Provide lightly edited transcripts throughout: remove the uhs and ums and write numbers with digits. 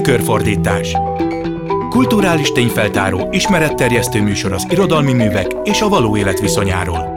Tükörfordítás. Kulturális tényfeltáró, ismeretterjesztő műsor az irodalmi művek és a való élet viszonyáról.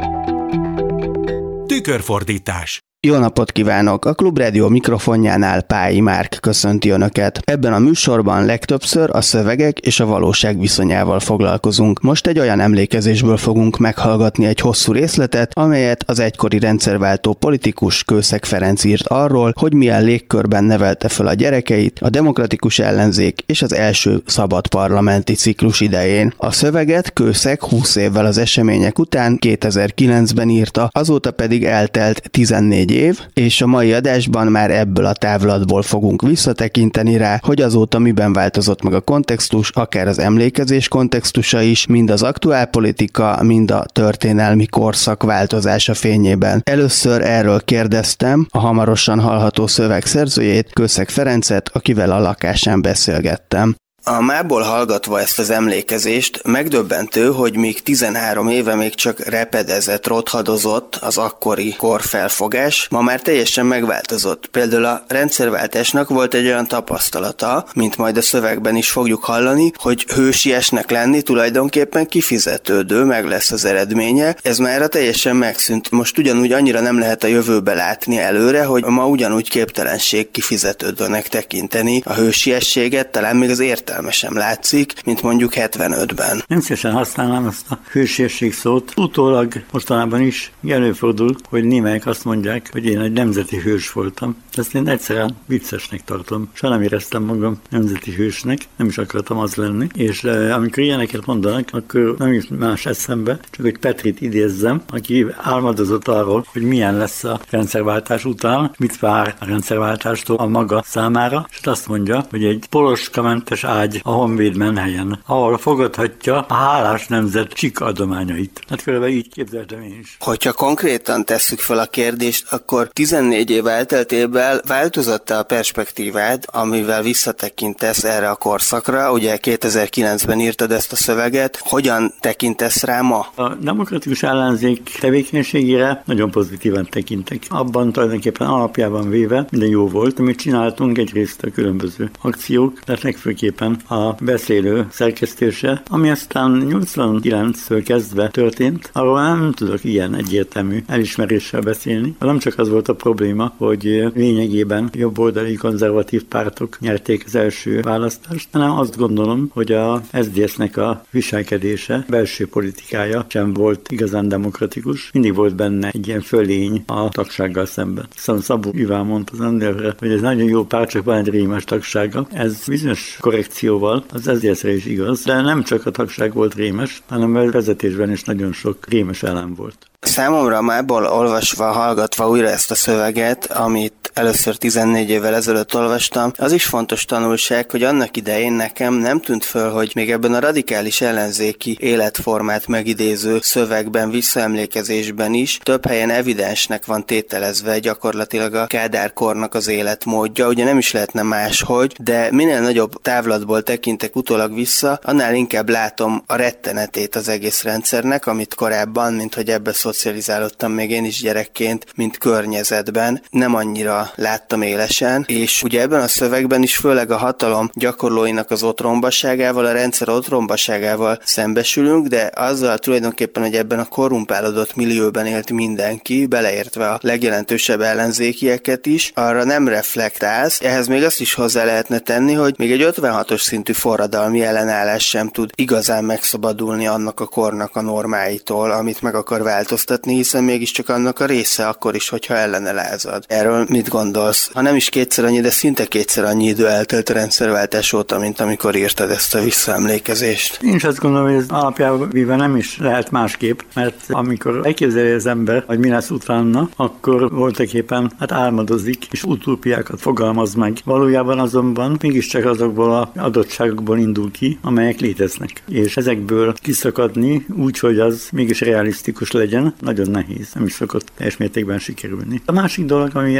Tükörfordítás. Jó napot kívánok! A Klubrádió mikrofonjánál Pályi Márk köszönti Önöket. Ebben a műsorban legtöbbször a szövegek és a valóság viszonyával foglalkozunk. Most egy olyan emlékezésből fogunk meghallgatni egy hosszú részletet, amelyet az egykori rendszerváltó politikus Kőszeg Ferenc írt arról, hogy milyen légkörben nevelte fel a gyerekeit a demokratikus ellenzék és az első szabad parlamenti ciklus idején. A szöveget Kőszeg 20 évvel az események után 2009-ben írta, azóta pedig eltelt 14 év, és a mai adásban már ebből a távlatból fogunk visszatekinteni rá, hogy azóta miben változott meg a kontextus, akár az emlékezés kontextusa is, mind az aktuálpolitika, mind a történelmi korszak változása fényében. Először erről kérdeztem a hamarosan hallható szöveg szerzőjét, Kőszeg Ferencet, akivel a lakásán beszélgettem. A mából hallgatva ezt az emlékezést, megdöbbentő, hogy míg 13 éve még csak repedezett, rothadozott az akkori korfelfogás, ma már teljesen megváltozott. Például a rendszerváltásnak volt egy olyan tapasztalata, mint majd a szövegben is fogjuk hallani, hogy hősiesnek lenni tulajdonképpen kifizetődő, meg lesz az eredménye. Ez már teljesen megszűnt. Most ugyanúgy annyira nem lehet a jövőbe látni előre, hogy ma ugyanúgy képtelenség kifizetődőnek tekinteni a hősiességet, talán még az értelme sem látszik, mint mondjuk 75-ben. Nem szívesen használnám ezt a hősiesség szót. Utólag mostanában is előfordul, hogy némelyek azt mondják, hogy én egy nemzeti hős voltam. Ezt én egyszerűen viccesnek tartom. Soha nem éreztem magam nemzeti hősnek, nem is akartam az lenni. És amikor ilyeneket mondanak, akkor nem is más eszembe, csak hogy Petrit idézzem, aki álmodozott arról, hogy milyen lesz a rendszerváltás után, mit vár a rendszerváltástól a maga számára, és azt mondja, hogy egy poloskamentes ágy a Honvéd menhelyen, ahol fogadhatja a hálás nemzet csik adományait. Hát körülbelül így képzeltem én is. Hogyha konkrétan tesszük fel a kérdést, akkor 14 év elteltével változott-e a perspektívád, amivel visszatekintesz erre a korszakra? Ugye 2009-ben írtad ezt a szöveget. Hogyan tekintesz rá ma? A demokratikus ellenzék tevékenységére nagyon pozitívan tekintek. Abban tulajdonképpen alapjában véve minden jó volt, amit csináltunk, egyrészt a különböző akciók, tehát legfőképpen a beszélő szerkesztése, ami aztán 89-től kezdve történt, arról nem tudok ilyen egyértelmű elismeréssel beszélni. Nem csak az volt a probléma, hogy lényegében jobboldali konzervatív pártok nyerték az első választást, hanem azt gondolom, hogy a SZDSZ-nek a viselkedése, belső politikája sem volt igazán demokratikus. Mindig volt benne egy ilyen fölény a tagsággal szemben. Szóval Szabó Iván mondta az Anderre, hogy ez nagyon jó párt, csak van egy rémes tagsága. Ez bizonyos korrekcióval az SZDSZ-re is igaz, de nem csak a tagság volt rémes, hanem a vezetésben is nagyon sok rémes elem volt. Számomra mából olvasva, hallgatva újra ezt a szöveget, amit először 14 évvel ezelőtt olvastam, az is fontos tanulság, hogy annak idején nekem nem tűnt föl, hogy még ebben a radikális ellenzéki életformát megidéző szövegben, visszaemlékezésben is több helyen evidensnek van tételezve gyakorlatilag a Kádár-kornak az életmódja. Ugye nem is lehetne máshogy, de minél nagyobb távlatból tekintek utólag vissza, annál inkább látom a rettenetét az egész rendszernek, amit korábban, mint hogy ebbe szocializálódtam még én is gyerekként, mint környezetben, nem annyira láttam élesen, és ugye ebben a szövegben is főleg a hatalom gyakorlóinak az otrombaságával, a rendszer otrombaságával szembesülünk, de azzal tulajdonképpen, hogy ebben a korrumpálódott millióben élt mindenki, beleértve a legjelentősebb ellenzékieket is, arra nem reflektálsz. Ehhez még azt is hozzá lehetne tenni, hogy még egy 56-os szintű forradalmi ellenállás sem tud igazán megszabadulni annak a kornak a normáitól, amit meg akar változtatni, hiszen mégiscsak annak a része akkor is, hogyha ellene lázad. Erről mit gondolsz? Ha nem is kétszer annyi, de szinte kétszer annyi idő eltelt a rendszerváltás óta, mint amikor írtad ezt a visszaemlékezést. Én is azt gondolom, hogy ez alapjában véve nem is lehet másképp, mert amikor elképzeli az ember, hogy mi lesz utána, akkor voltaképpen álmodozik, és utópiákat fogalmaz meg. Valójában azonban mégiscsak azokból az adottságokból indul ki, amelyek léteznek. És ezekből kiszakadni úgy, hogy az mégis realisztikus legyen, nagyon nehéz. Nem is szokott teljes mértékben sikerülni. A másik dolog, ami a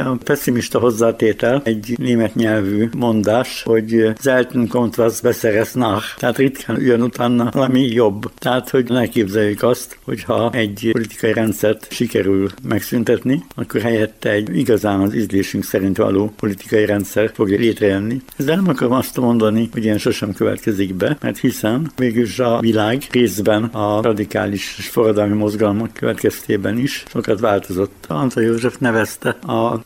optimista hozzátétel, egy német nyelvű mondás, hogy selten kommt was Besseres nach, tehát ritkán jön utána valami jobb. Tehát, hogy ne képzeljük azt, hogyha egy politikai rendszert sikerül megszüntetni, akkor helyette egy igazán az ízlésünk szerint való politikai rendszer fogja létrejönni. Ezzel nem akarom azt mondani, hogy ilyen sosem következik be, mert hiszen végülis a világ részben a radikális és forradalmi mozgalmak következtében is sokat változott. Antal József nevezte a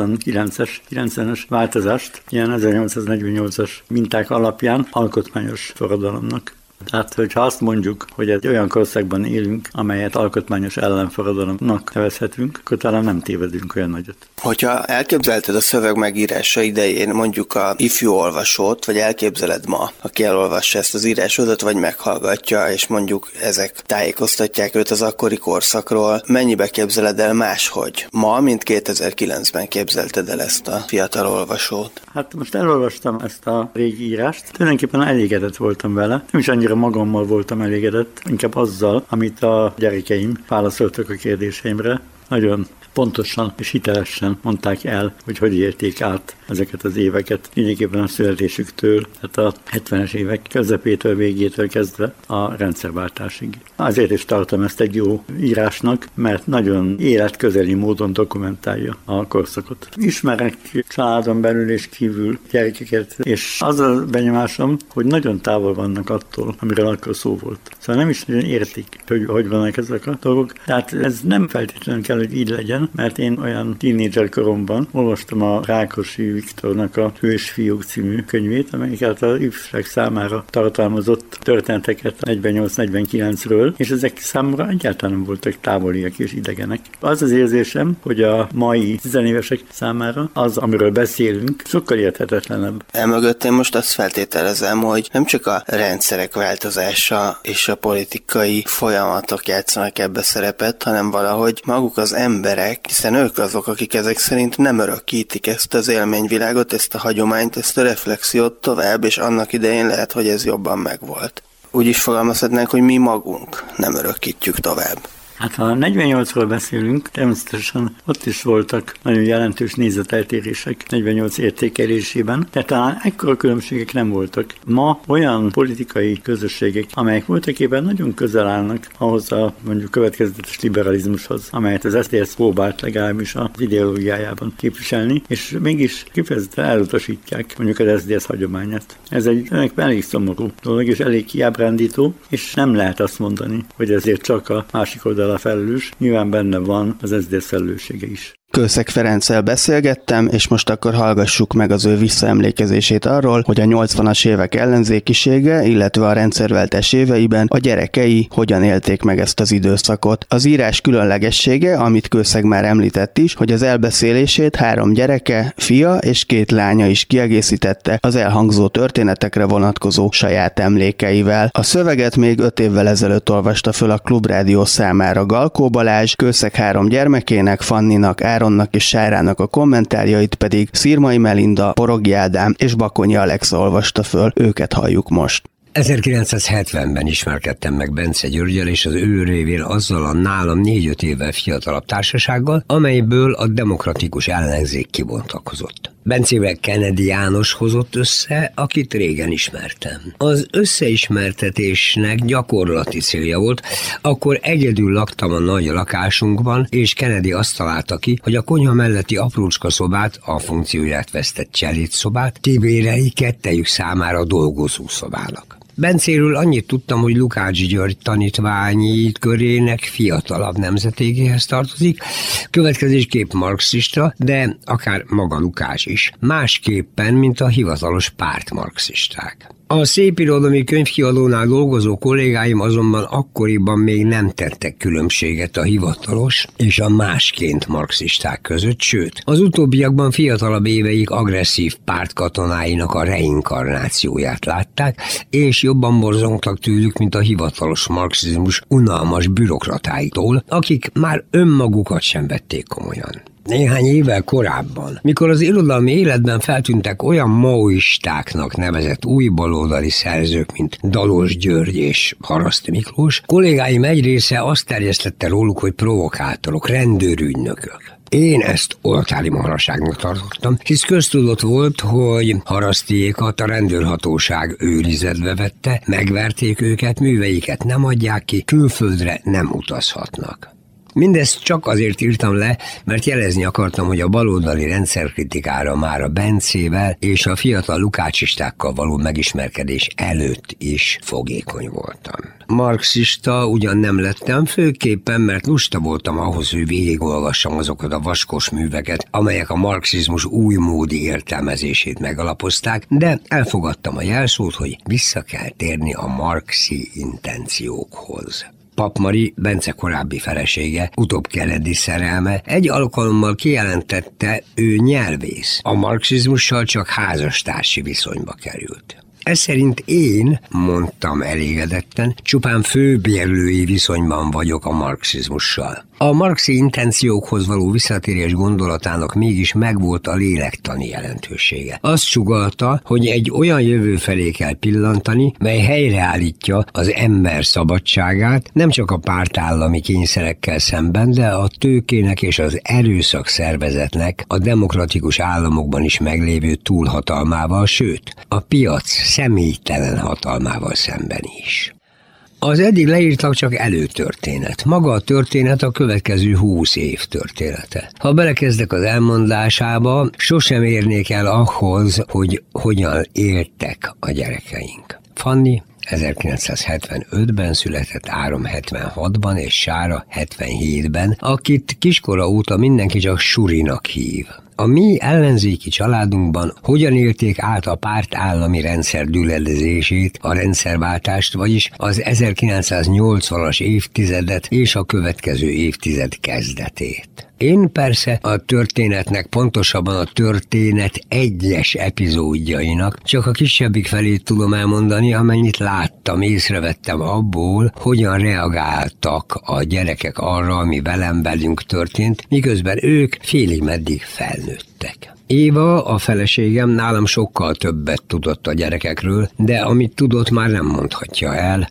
90-es változást, ilyen 1848-as minták alapján alkotmányos forradalomnak. Tehát, hogyha azt mondjuk, hogy egy olyan korszakban élünk, amelyet alkotmányos ellenforradalomnak nevezhetünk, akkor talán nem tévedünk olyan nagyot. Hogyha elképzelted a szöveg megírása idején mondjuk a ifjú olvasót, vagy elképzeled ma, aki elolvassa ezt az írásodat, vagy meghallgatja, és mondjuk ezek tájékoztatják őt az akkori korszakról, mennyibe képzeled el máshogy? Ma, mint 2009-ben képzelted el ezt a fiatal olvasót? Hát most elolvastam ezt a régi írást, tulajdonképpen elégedett voltam vele, nem is annyira magammal voltam elégedett, inkább azzal, amit a gyerekeim válaszoltak a kérdéseimre. Nagyon pontosan és hitelesen mondták el, hogy élték át ezeket az éveket, lényegében a születésüktől, tehát a 70-es évek közepétől, végétől kezdve a rendszerváltásig. Azért is tartom ezt egy jó írásnak, mert nagyon életközeli módon dokumentálja a korszakot. Ismerek családon belül és kívül gyerekeket, és az a benyomásom, hogy nagyon távol vannak attól, amiről akkor szó volt. Szóval nem is nagyon értik, hogy vannak ezek a dolgok. Tehát ez nem feltétlenül kell, hogy így legyen, mert én olyan tínédzser koromban olvastam a Rákosi Viktornak a Hős fiúk című könyvét, amelyiket az ifjúság számára tartalmazott történeteket 48-49-ről, és ezek számomra egyáltalán nem voltak távoliak és idegenek. Az az érzésem, hogy a mai tizenévesek számára az, amiről beszélünk, sokkal érthetetlenebb. Emögött én most azt feltételezem, hogy nem csak a rendszerek változása és a politikai folyamatok játszanak ebbe szerepet, hanem valahogy maguk az emberek, hiszen ők azok, akik ezek szerint nem örökítik ezt az élményvilágot, ezt a hagyományt, ezt a reflexiót tovább, és annak idején lehet, hogy ez jobban megvolt. Úgy is fogalmazhatnánk, hogy mi magunk nem örökítjük tovább. Hát ha 48-ról beszélünk, természetesen ott is voltak nagyon jelentős nézeteltérések 48 értékelésében, de talán ekkora különbségek nem voltak. Ma olyan politikai közösségek, amelyek voltakében nagyon közel állnak ahhoz a mondjuk következetes liberalizmushoz, amelyet az SZDSZ próbált legalábbis az ideológiájában képviselni, és mégis kifejezetten elutasítják mondjuk az SZDSZ hagyományát. Ez egy elég szomorú dolog, és elég kiábrándító, és nem lehet azt mondani, hogy ezért csak a másik oldal a felelős, nyilván benne van az SZDSZ felelőssége is. Kőszeg Ferenccel beszélgettem, és most akkor hallgassuk meg az ő visszaemlékezését arról, hogy a 80-as évek ellenzékisége, illetve a rendszerváltás éveiben a gyerekei hogyan élték meg ezt az időszakot. Az írás különlegessége, amit Kőszeg már említett is, hogy az elbeszélését 3 gyereke, fia és 2 lánya is kiegészítette az elhangzó történetekre vonatkozó saját emlékeivel. A szöveget még 5 évvel ezelőtt olvasta föl a Klubrádió számára Galkó Balázs, Kőszeg 3 gyermekének, Fanninak, Áronnak és Sárának a kommentárjait pedig Szirmai Melinda, Porogi Ádám és Bakonyi Alex olvasta föl, őket halljuk most. 1970-ben ismerkedtem meg Bence Györggyel és az ő révén azzal a nálam 4-5 évvel fiatalabb társasággal, amelyből a demokratikus ellenzék kibontakozott. Bencével Kennedy János hozott össze, akit régen ismertem. Az összeismertetésnek gyakorlati célja volt, akkor egyedül laktam a nagy lakásunkban, és Kennedy azt találta ki, hogy a konyha melletti aprócska szobát, a funkcióját vesztett cselédszobát kibéreli kettejük számára dolgozószobának. Bencéről annyit tudtam, hogy Lukács György tanítványi körének fiatalabb nemzedékéhez tartozik, következésképp marxista, de akár maga Lukács is, másképpen, mint a hivatalos pártmarxisták. A szépirodalmi könyvkiadónál dolgozó kollégáim azonban akkoriban még nem tettek különbséget a hivatalos és a másként marxisták között, sőt, az utóbbiakban fiatalabb éveik agresszív pártkatonáinak a reinkarnációját látták, és jobban borzongtak tőlük, mint a hivatalos marxizmus unalmas bürokratáitól, akik már önmagukat sem vették komolyan. Néhány évvel korábban, mikor az irodalmi életben feltűntek olyan maoistáknak nevezett új baloldali szerzők, mint Dalos György és Haraszti Miklós, kollégáim egy része azt terjesztette róluk, hogy provokátorok, rendőrügynökök. Én ezt oltári maraságnak tartottam, hisz köztudott volt, hogy Harasztiékat a rendőrhatóság őrizetbe vette, megverték őket, műveiket nem adják ki, külföldre nem utazhatnak. Mindezt csak azért írtam le, mert jelezni akartam, hogy a baloldali rendszerkritikára már a Bencével és a fiatal lukácsistákkal való megismerkedés előtt is fogékony voltam. Marxista ugyan nem lettem, főképpen, mert lusta voltam ahhoz, hogy végigolvassam azokat a vaskos műveket, amelyek a marxizmus újmódi értelmezését megalapozták, de elfogadtam a jelszót, hogy vissza kell térni a marxi intenciókhoz. Pap Mari, Bence korábbi felesége, utóbb Kennedy szerelme egy alkalommal kijelentette, ő nyelvész. A marxizmussal csak házastársi viszonyba került. Ez szerint én, mondtam elégedetten, csupán főbérlői viszonyban vagyok a marxizmussal. A marxi intenciókhoz való visszatérés gondolatának mégis megvolt a lélektani jelentősége. Azt sugallta, hogy egy olyan jövő felé kell pillantani, mely helyreállítja az ember szabadságát, nem csak a pártállami kényszerekkel szemben, de a tőkének és az erőszak szervezetnek a demokratikus államokban is meglévő túlhatalmával, sőt, a piac személytelen hatalmával szemben is. Az eddig leírtak csak előtörténet. Maga a történet a következő 20 év története. Ha belekezdek az elmondásába, sosem érnék el ahhoz, hogy hogyan éltek a gyerekeink. Fanni 1975-ben született, Áron 76-ban és Sára 77-ben, akit kiskora óta mindenki csak Surinak hív. A mi ellenzéki családunkban hogyan élték át a pártállami rendszer düledezését, a rendszerváltást, vagyis az 1980-as évtizedet és a következő évtized kezdetét. Én persze a történetnek, pontosabban a történet egyes epizódjainak csak a kisebbik felét tudom elmondani, amennyit láttam, észrevettem abból, hogyan reagáltak a gyerekek arra, ami velünk történt, miközben ők félig meddig felnőttek. Éva, a feleségem, nálam sokkal többet tudott a gyerekekről, de amit tudott, már nem mondhatja el,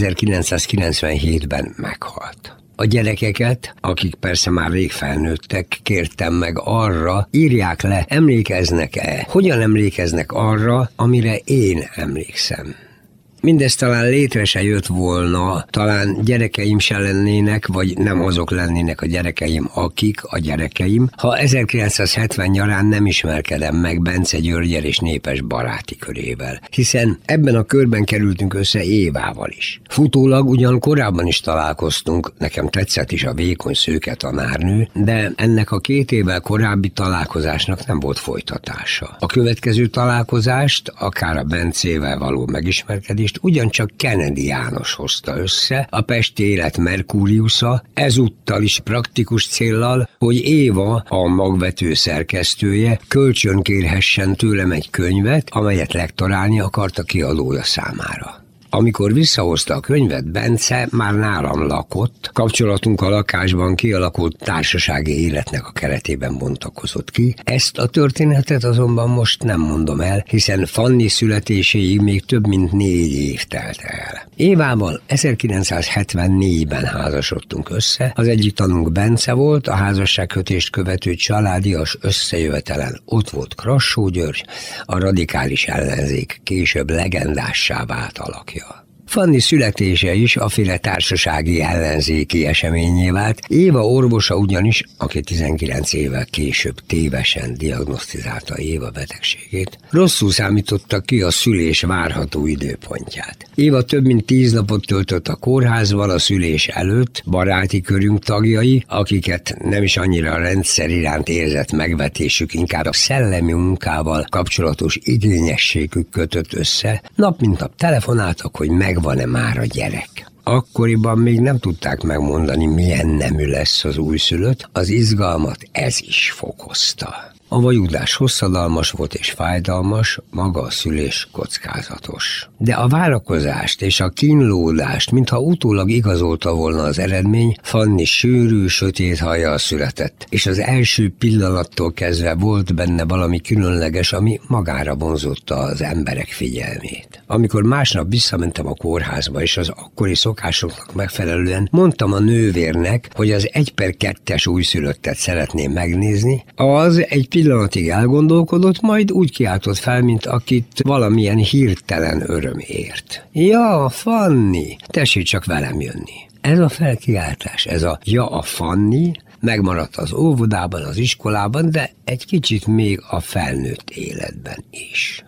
1997-ben meghalt. A gyerekeket, akik persze már rég felnőttek, kértem meg arra, írják le, emlékeznek-e, hogyan emlékeznek arra, amire én emlékszem. Mindez talán létre se jött volna, talán gyerekeim se lennének, vagy nem azok lennének a gyerekeim, akik a gyerekeim, ha 1970 nyarán nem ismerkedem meg Bence Györgyel és népes baráti körével, hiszen ebben a körben kerültünk össze Évával is. Futólag ugyan korábban is találkoztunk, nekem tetszett is a vékony szőke tanárnő, de ennek a 2 évvel korábbi találkozásnak nem volt folytatása. A következő találkozást, akár a Bencével való megismerkedés, ugyancsak Kennedy János hozta össze, a pesti élet Merkúriusza, ezúttal is praktikus céllal, hogy Éva, a magvető szerkesztője, kölcsönkérhessen tőlem egy könyvet, amelyet lektorálni akart a kiadója számára. Amikor visszahozta a könyvet, Bence már nálam lakott, kapcsolatunk a lakásban kialakult társasági életnek a keretében bontakozott ki. Ezt a történetet azonban most nem mondom el, hiszen Fanni születéséig még több mint 4 év telt el. Évával 1974-ben házasodtunk össze, az egyik tanunk Bence volt, a házasságkötést követő családias összejövetelen ott volt Krassó György, a radikális ellenzék később legendássá vált alakja. Fanni születése is aféle társasági ellenzéki eseményé vált. Éva orvosa ugyanis, aki 19 évvel később tévesen diagnosztizálta Éva betegségét, rosszul számította ki a szülés várható időpontját. Éva több mint 10 napot töltött a kórházban a szülés előtt, baráti körünk tagjai, akiket nem is annyira a rendszer iránt érzett megvetésük, inkább a szellemi munkával kapcsolatos igényességük kötött össze, nap mint nap telefonáltak, hogy megvan-e már a gyerek. Akkoriban még nem tudták megmondani, milyen nemű lesz az újszülött, az izgalmat ez is fokozta. A vajudás hosszadalmas volt és fájdalmas, maga a szülés kockázatos. De a várakozást és a kínlódást, mintha utólag igazolta volna az eredmény, Fanni sűrű, sötét hajjal született, és az első pillanattól kezdve volt benne valami különleges, ami magára vonzotta az emberek figyelmét. Amikor másnap visszamentem a kórházba, és az akkori szokásoknak megfelelően mondtam a nővérnek, hogy az 1/2-es újszülöttet szeretném megnézni, az egy pillanatig elgondolkodott, majd úgy kiáltott fel, mint akit valamilyen hirtelen öröm ért. Ja, Fanni, tessék csak velem jönni. Ez a felkiáltás, ez a ja, a Fanni megmaradt az óvodában, az iskolában, de egy kicsit még a felnőtt életben is.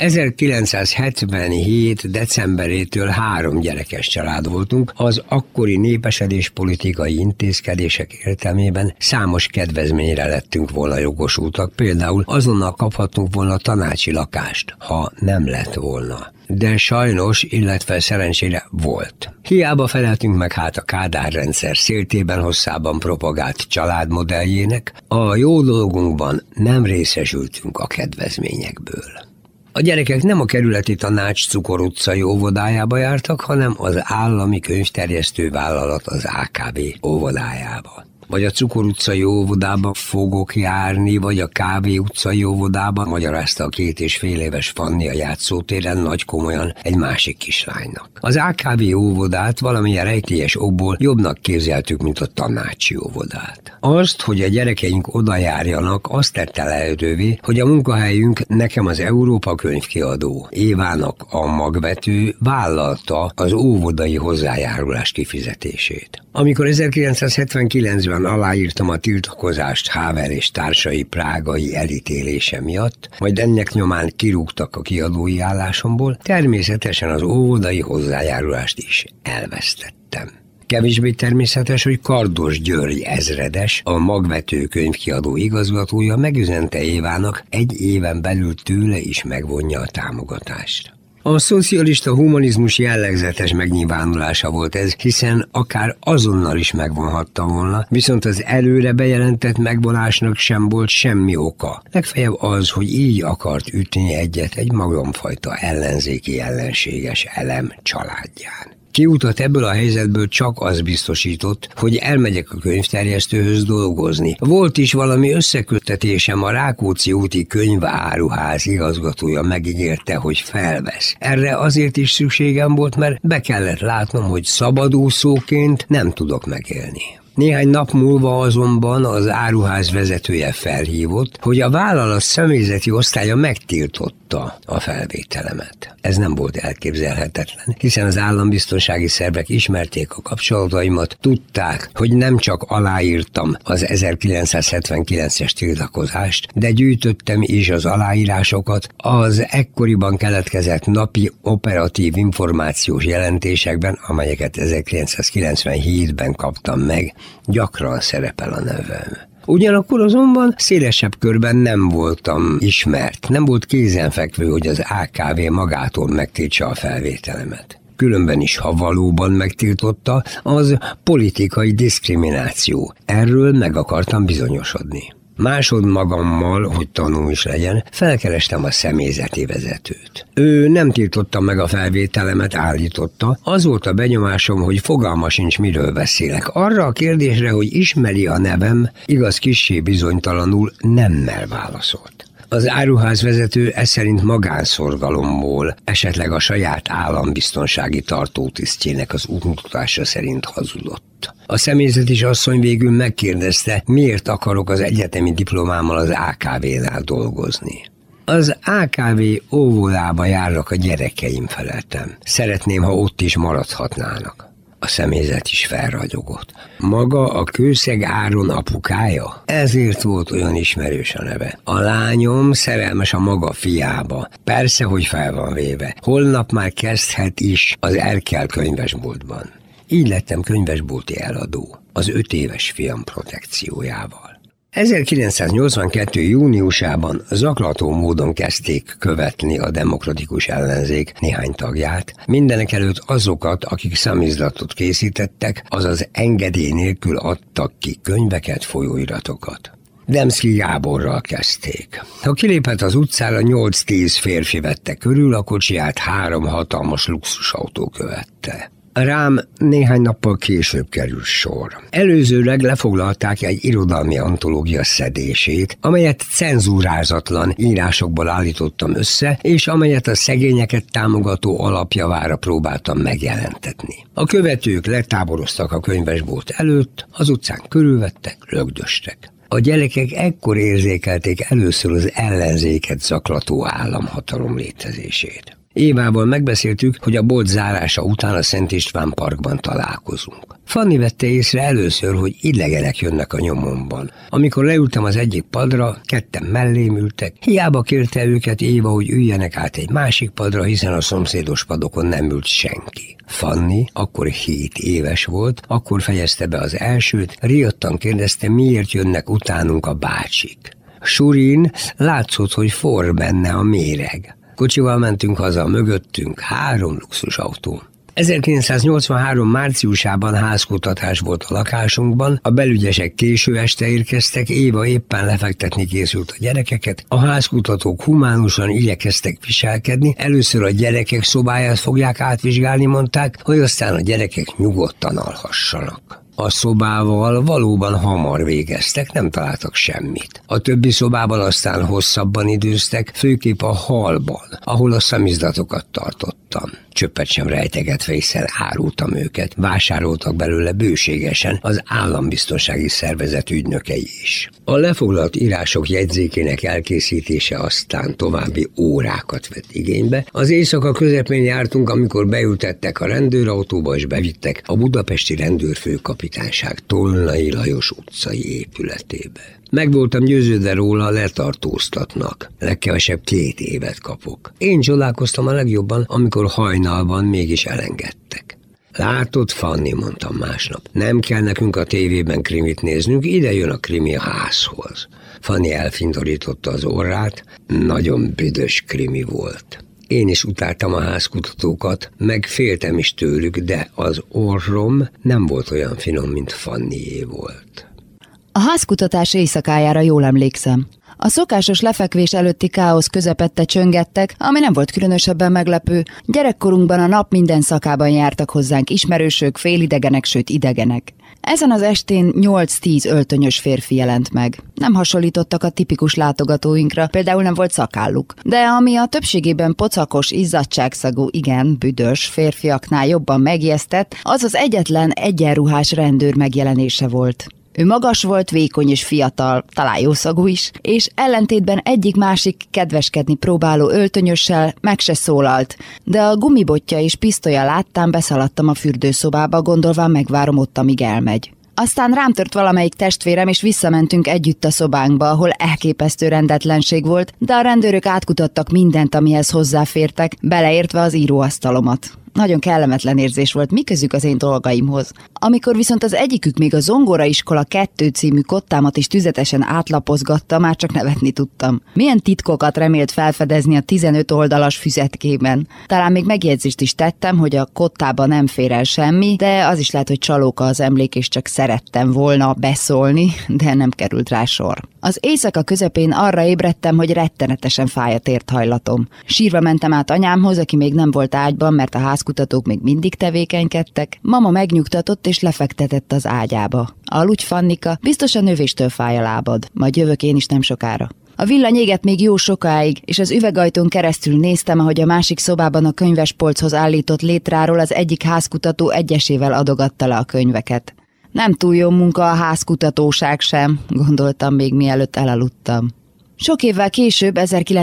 1977. decemberétől 3 gyerekes család voltunk, az akkori népesedés politikai intézkedések értelmében számos kedvezményre lettünk volna jogosultak, például azonnal kaphattunk volna tanácsi lakást, ha nem lett volna. De sajnos, illetve szerencsére volt. Hiába feleltünk meg hát a Kádár rendszer széltében hosszában propagált családmodelljének, a jó dolgunkban nem részesültünk a kedvezményekből. A gyerekek nem a kerületi tanács Cukor utcai óvodájába jártak, hanem az állami könyvterjesztő vállalat az AKV óvodájába. Vagy a Cukor utcai óvodába fogok járni, vagy a Kávé utcai óvodába, magyarázta a 2,5 éves Fanni a játszótéren nagy komolyan egy másik kislánynak. Az AKV óvodát valamilyen rejtélyes okból jobbnak képzeltük, mint a tanácsi óvodát. Azt, hogy a gyerekeink oda járjanak, azt tette lehetővé, hogy a munkahelyünk, nekem az Európa könyvkiadó, Évának a magvető vállalta az óvodai hozzájárulás kifizetését. Amikor 1979-ben aláírtam a tiltakozást Havel és társai prágai elítélése miatt, majd ennek nyomán kirúgtak a kiadói állásomból, természetesen az óvodai hozzájárulást is elvesztettem. Kevésbé természetes, hogy Kardos György ezredes, a magvető könyvkiadó igazgatója megüzente Évának, 1 éven belül tőle is megvonja a támogatást. A szocialista humanizmus jellegzetes megnyilvánulása volt ez, hiszen akár azonnal is megvonhatta volna, viszont az előre bejelentett megvonásnak sem volt semmi oka. Legfeljebb az, hogy így akart ütni egyet egy magamfajta ellenzéki ellenséges elem családján. Kiutat ebből a helyzetből csak az biztosított, hogy elmegyek a könyvterjesztőhöz dolgozni. Volt is valami összeköttetésem, a Rákóczi úti könyváruház igazgatója megígérte, hogy felvesz. Erre azért is szükségem volt, mert be kellett látnom, hogy szabadúszóként nem tudok megélni. Néhány nap múlva azonban az áruház vezetője felhívott, hogy a vállalat személyzeti osztálya megtiltotta a felvételemet. Ez nem volt elképzelhetetlen, hiszen az állambiztonsági szervek ismerték a kapcsolataimat, tudták, hogy nem csak aláírtam az 1979-es tiltakozást, de gyűjtöttem is az aláírásokat az ekkoriban keletkezett napi operatív információs jelentésekben, amelyeket 1997-ben kaptam meg, gyakran szerepel a nevem. Ugyanakkor azonban szélesebb körben nem voltam ismert, nem volt kézenfekvő, hogy az AKV magától megtiltsa a felvételemet. Különben is, ha valóban megtiltotta, az politikai diszkrimináció. Erről meg akartam bizonyosodni. Másodmagammal, hogy tanú is legyen, felkerestem a személyzeti vezetőt. Ő nem tiltotta meg a felvételemet, állította. Az volt a benyomásom, hogy fogalma sincs, miről beszélek. Arra a kérdésre, hogy ismeri a nevem, igaz kissé bizonytalanul nemmel válaszolt. Az áruház vezető ez szerint magánszorgalomból, esetleg a saját állambiztonsági tartótisztjének az útmutatása szerint hazudott. A személyzetis asszony végül megkérdezte, miért akarok az egyetemi diplomámmal az AKV-nál dolgozni. Az AKV óvodába járnak a gyerekeim, feleltem. Szeretném, ha ott is maradhatnának. A személyzet is felragyogott. Maga a Kőszeg Áron apukája? Ezért volt olyan ismerős a neve. A lányom szerelmes a maga fiába. Persze, hogy fel van véve. Holnap már kezdhet is az Erkel könyvesboltban. Így lettem könyvesbolti eladó, az 5 éves fiam protekciójával. 1982. júniusában zaklató módon kezdték követni a demokratikus ellenzék néhány tagját, mindenekelőtt azokat, akik számizdatot készítettek, azaz engedély nélkül adtak ki könyveket, folyóiratokat. Demszky Gáborral kezdték. Ha kilépett az utcára, 8-10 férfi vette körül, a kocsiját 3 hatalmas luxusautó követte. Rám néhány nappal később került sor. Előzőleg lefoglalták egy irodalmi antológia szedését, amelyet cenzúrázatlan írásokból állítottam össze, és amelyet a szegényeket támogató alapjavára próbáltam megjelentetni. A követők letáboroztak a könyvesbolt előtt, az utcán körülvettek, lögdöstek. A gyerekek ekkor érzékelték először az ellenzéket zaklató államhatalom létezését. Évával megbeszéltük, hogy a bolt zárása után a Szent István Parkban találkozunk. Fanni vette észre először, hogy idegenek jönnek a nyomomban. Amikor leültem az egyik padra, ketten mellém ültek, hiába kérte őket Éva, hogy üljenek át egy másik padra, hiszen a szomszédos padokon nem ült senki. Fanni akkor 7 éves volt, akkor fejezte be az elsőt, riadtan kérdezte, miért jönnek utánunk a bácsik. Surin látszott, hogy forr benne a méreg. Kocsival mentünk haza, mögöttünk 3 luxusautó. 1983. márciusában házkutatás volt a lakásunkban, a belügyesek késő este érkeztek, Éva éppen lefektetni készült a gyerekeket, a házkutatók humánusan igyekeztek viselkedni, először a gyerekek szobáját fogják átvizsgálni, mondták, hogy aztán a gyerekek nyugodtan alhassanak. A szobával valóban hamar végeztek, nem találtak semmit. A többi szobában aztán hosszabban időztek, főképp a hallban, ahol a szamizdatokat tartottam. Csöppet sem rejtegetve, hiszen árultam őket, vásároltak belőle bőségesen az állambiztonsági szervezet ügynökei is. A lefoglalt írások jegyzékének elkészítése aztán további órákat vett igénybe. Az éjszaka közepén jártunk, amikor beültettek a rendőrautóba és bevittek a budapesti rendőrfőkapitányság Tolnai Lajos utcai épületébe. Meg voltam győződve róla, letartóztatnak. Legkevesebb 2 évet kapok. Én csodálkoztam a legjobban, amikor hajnalban mégis elengedtek. Látod, Fanni, mondtam másnap, nem kell nekünk a tévében krimit néznünk, ide jön a krimi a házhoz. Fanni elfintorította az orrát, nagyon büdös krimi volt. Én is utáltam a házkutatókat, meg féltem is tőlük, de az orrom nem volt olyan finom, mint Fannié volt. A házkutatás éjszakájára jól emlékszem. A szokásos lefekvés előtti káosz közepette csöngettek, ami nem volt különösebben meglepő. Gyerekkorunkban a nap minden szakában jártak hozzánk ismerősök, félidegenek, sőt idegenek. Ezen az estén 8-10 öltönyös férfi jelent meg. Nem hasonlítottak a tipikus látogatóinkra, például nem volt szakálluk. De ami a többségében pocakos, izzadságszagú, igen, büdös férfiaknál jobban megijesztett, az az egyetlen egyenruhás rendőr megjelenése volt. Ő magas volt, vékony és fiatal, talán jószagú is, és ellentétben egyik-másik kedveskedni próbáló öltönyössel meg se szólalt, de a gumibotja és pisztolya láttán beszaladtam a fürdőszobába, gondolva megvárom ott, amíg elmegy. Aztán rám tört valamelyik testvérem, és visszamentünk együtt a szobánkba, ahol elképesztő rendetlenség volt, de a rendőrök átkutattak mindent, amihez hozzáfértek, beleértve az íróasztalomat. Nagyon kellemetlen érzés volt, mi közük az én dolgaimhoz. Amikor viszont az egyikük még a Zongoraiskola 2 című kottámat is tüzetesen átlapozgatta, már csak nevetni tudtam. Milyen titkokat remélt felfedezni a 15 oldalas füzetkében. Talán még megjegyzést is tettem, hogy a kottában nem fér el semmi, de az is lehet, hogy csalóka az emlék, és csak szerettem volna beszólni, de nem került rá sor. Az éjszaka közepén arra ébredtem, hogy rettenetesen fáj a térthajlatom. Sírva mentem át anyámhoz, aki még nem volt ágyban, mert a házkutatók még mindig tevékenykedtek. Mama megnyugtatott és lefektetett az ágyába. Aludj, Fannika, biztosan növéstől fáj a lábad, majd jövök én is nem sokára. A villany égett még jó sokáig, és az üvegajtón keresztül néztem, ahogy a másik szobában a könyvespolchoz állított létráról az egyik házkutató egyesével adogatta le a könyveket. Nem túl jó munka a házkutatóság sem, gondoltam még mielőtt elaludtam. Sok évvel később,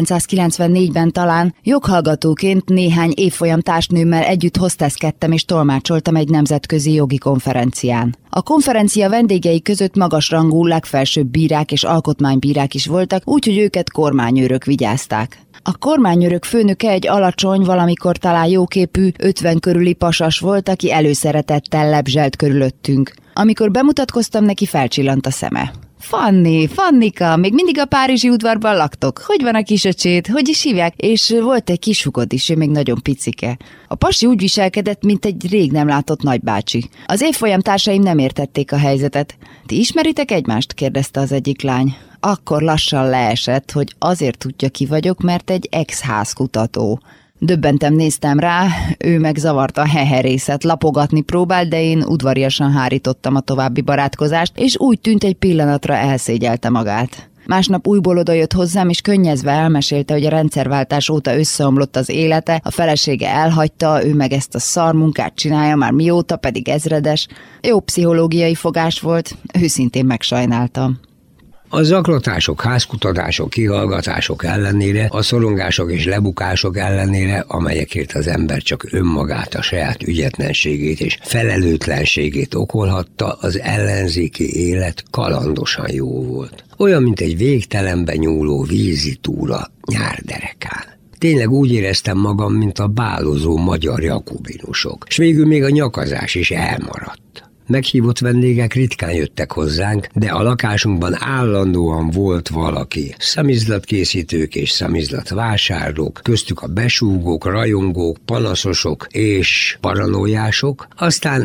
1994-ben talán, joghallgatóként néhány évfolyam társnőmmel együtt hozteszkedtem és tolmácsoltam egy nemzetközi jogi konferencián. A konferencia vendégei között magasrangú, legfelsőbb bírák és alkotmánybírák is voltak, úgyhogy őket kormányőrök vigyázták. A kormányőrök főnöke egy alacsony, valamikor talán jóképű, 50 körüli pasas volt, aki előszeretettel lebzselt körülöttünk. Amikor bemutatkoztam neki, felcsillant a szeme. Fannika, még mindig a párizsi udvarban laktok. Hogy van a kisöcsét? Hogy is hívják? És volt egy kisugod is, ő még nagyon picike. A pasi úgy viselkedett, mint egy rég nem látott nagybácsi. Az évfolyam társaim nem értették a helyzetet. Ti ismeritek egymást? Kérdezte az egyik lány. Akkor lassan leesett, hogy azért tudja, ki vagyok, mert egy ex-házkutató. Döbbentem néztem rá, ő meg zavarta heherészet, lapogatni próbált, de én udvariasan hárítottam a további barátkozást, és úgy tűnt, egy pillanatra elszégyelte magát. Másnap újból odajött hozzám, és könnyezve elmesélte, hogy a rendszerváltás óta összeomlott az élete, a felesége elhagyta, ő meg ezt a szarmunkát csinálja már mióta, pedig ezredes. Jó pszichológiai fogás volt, őszintén megsajnáltam. A zaklatások, házkutatások, kihallgatások ellenére, a szorongások és lebukások ellenére, amelyekért az ember csak önmagát, a saját ügyetlenségét és felelőtlenségét okolhatta, az ellenzéki élet kalandosan jó volt. Olyan, mint egy végtelenbe nyúló vízi túra nyárderekán. Tényleg úgy éreztem magam, mint a bálozó magyar jakubinusok, s végül még a nyakazás is elmaradt. Meghívott vendégek ritkán jöttek hozzánk, de a lakásunkban állandóan volt valaki. Szamizdatkészítők és szamizdatvásárlók, köztük a besúgók, rajongók, panaszosok és paranoiások, aztán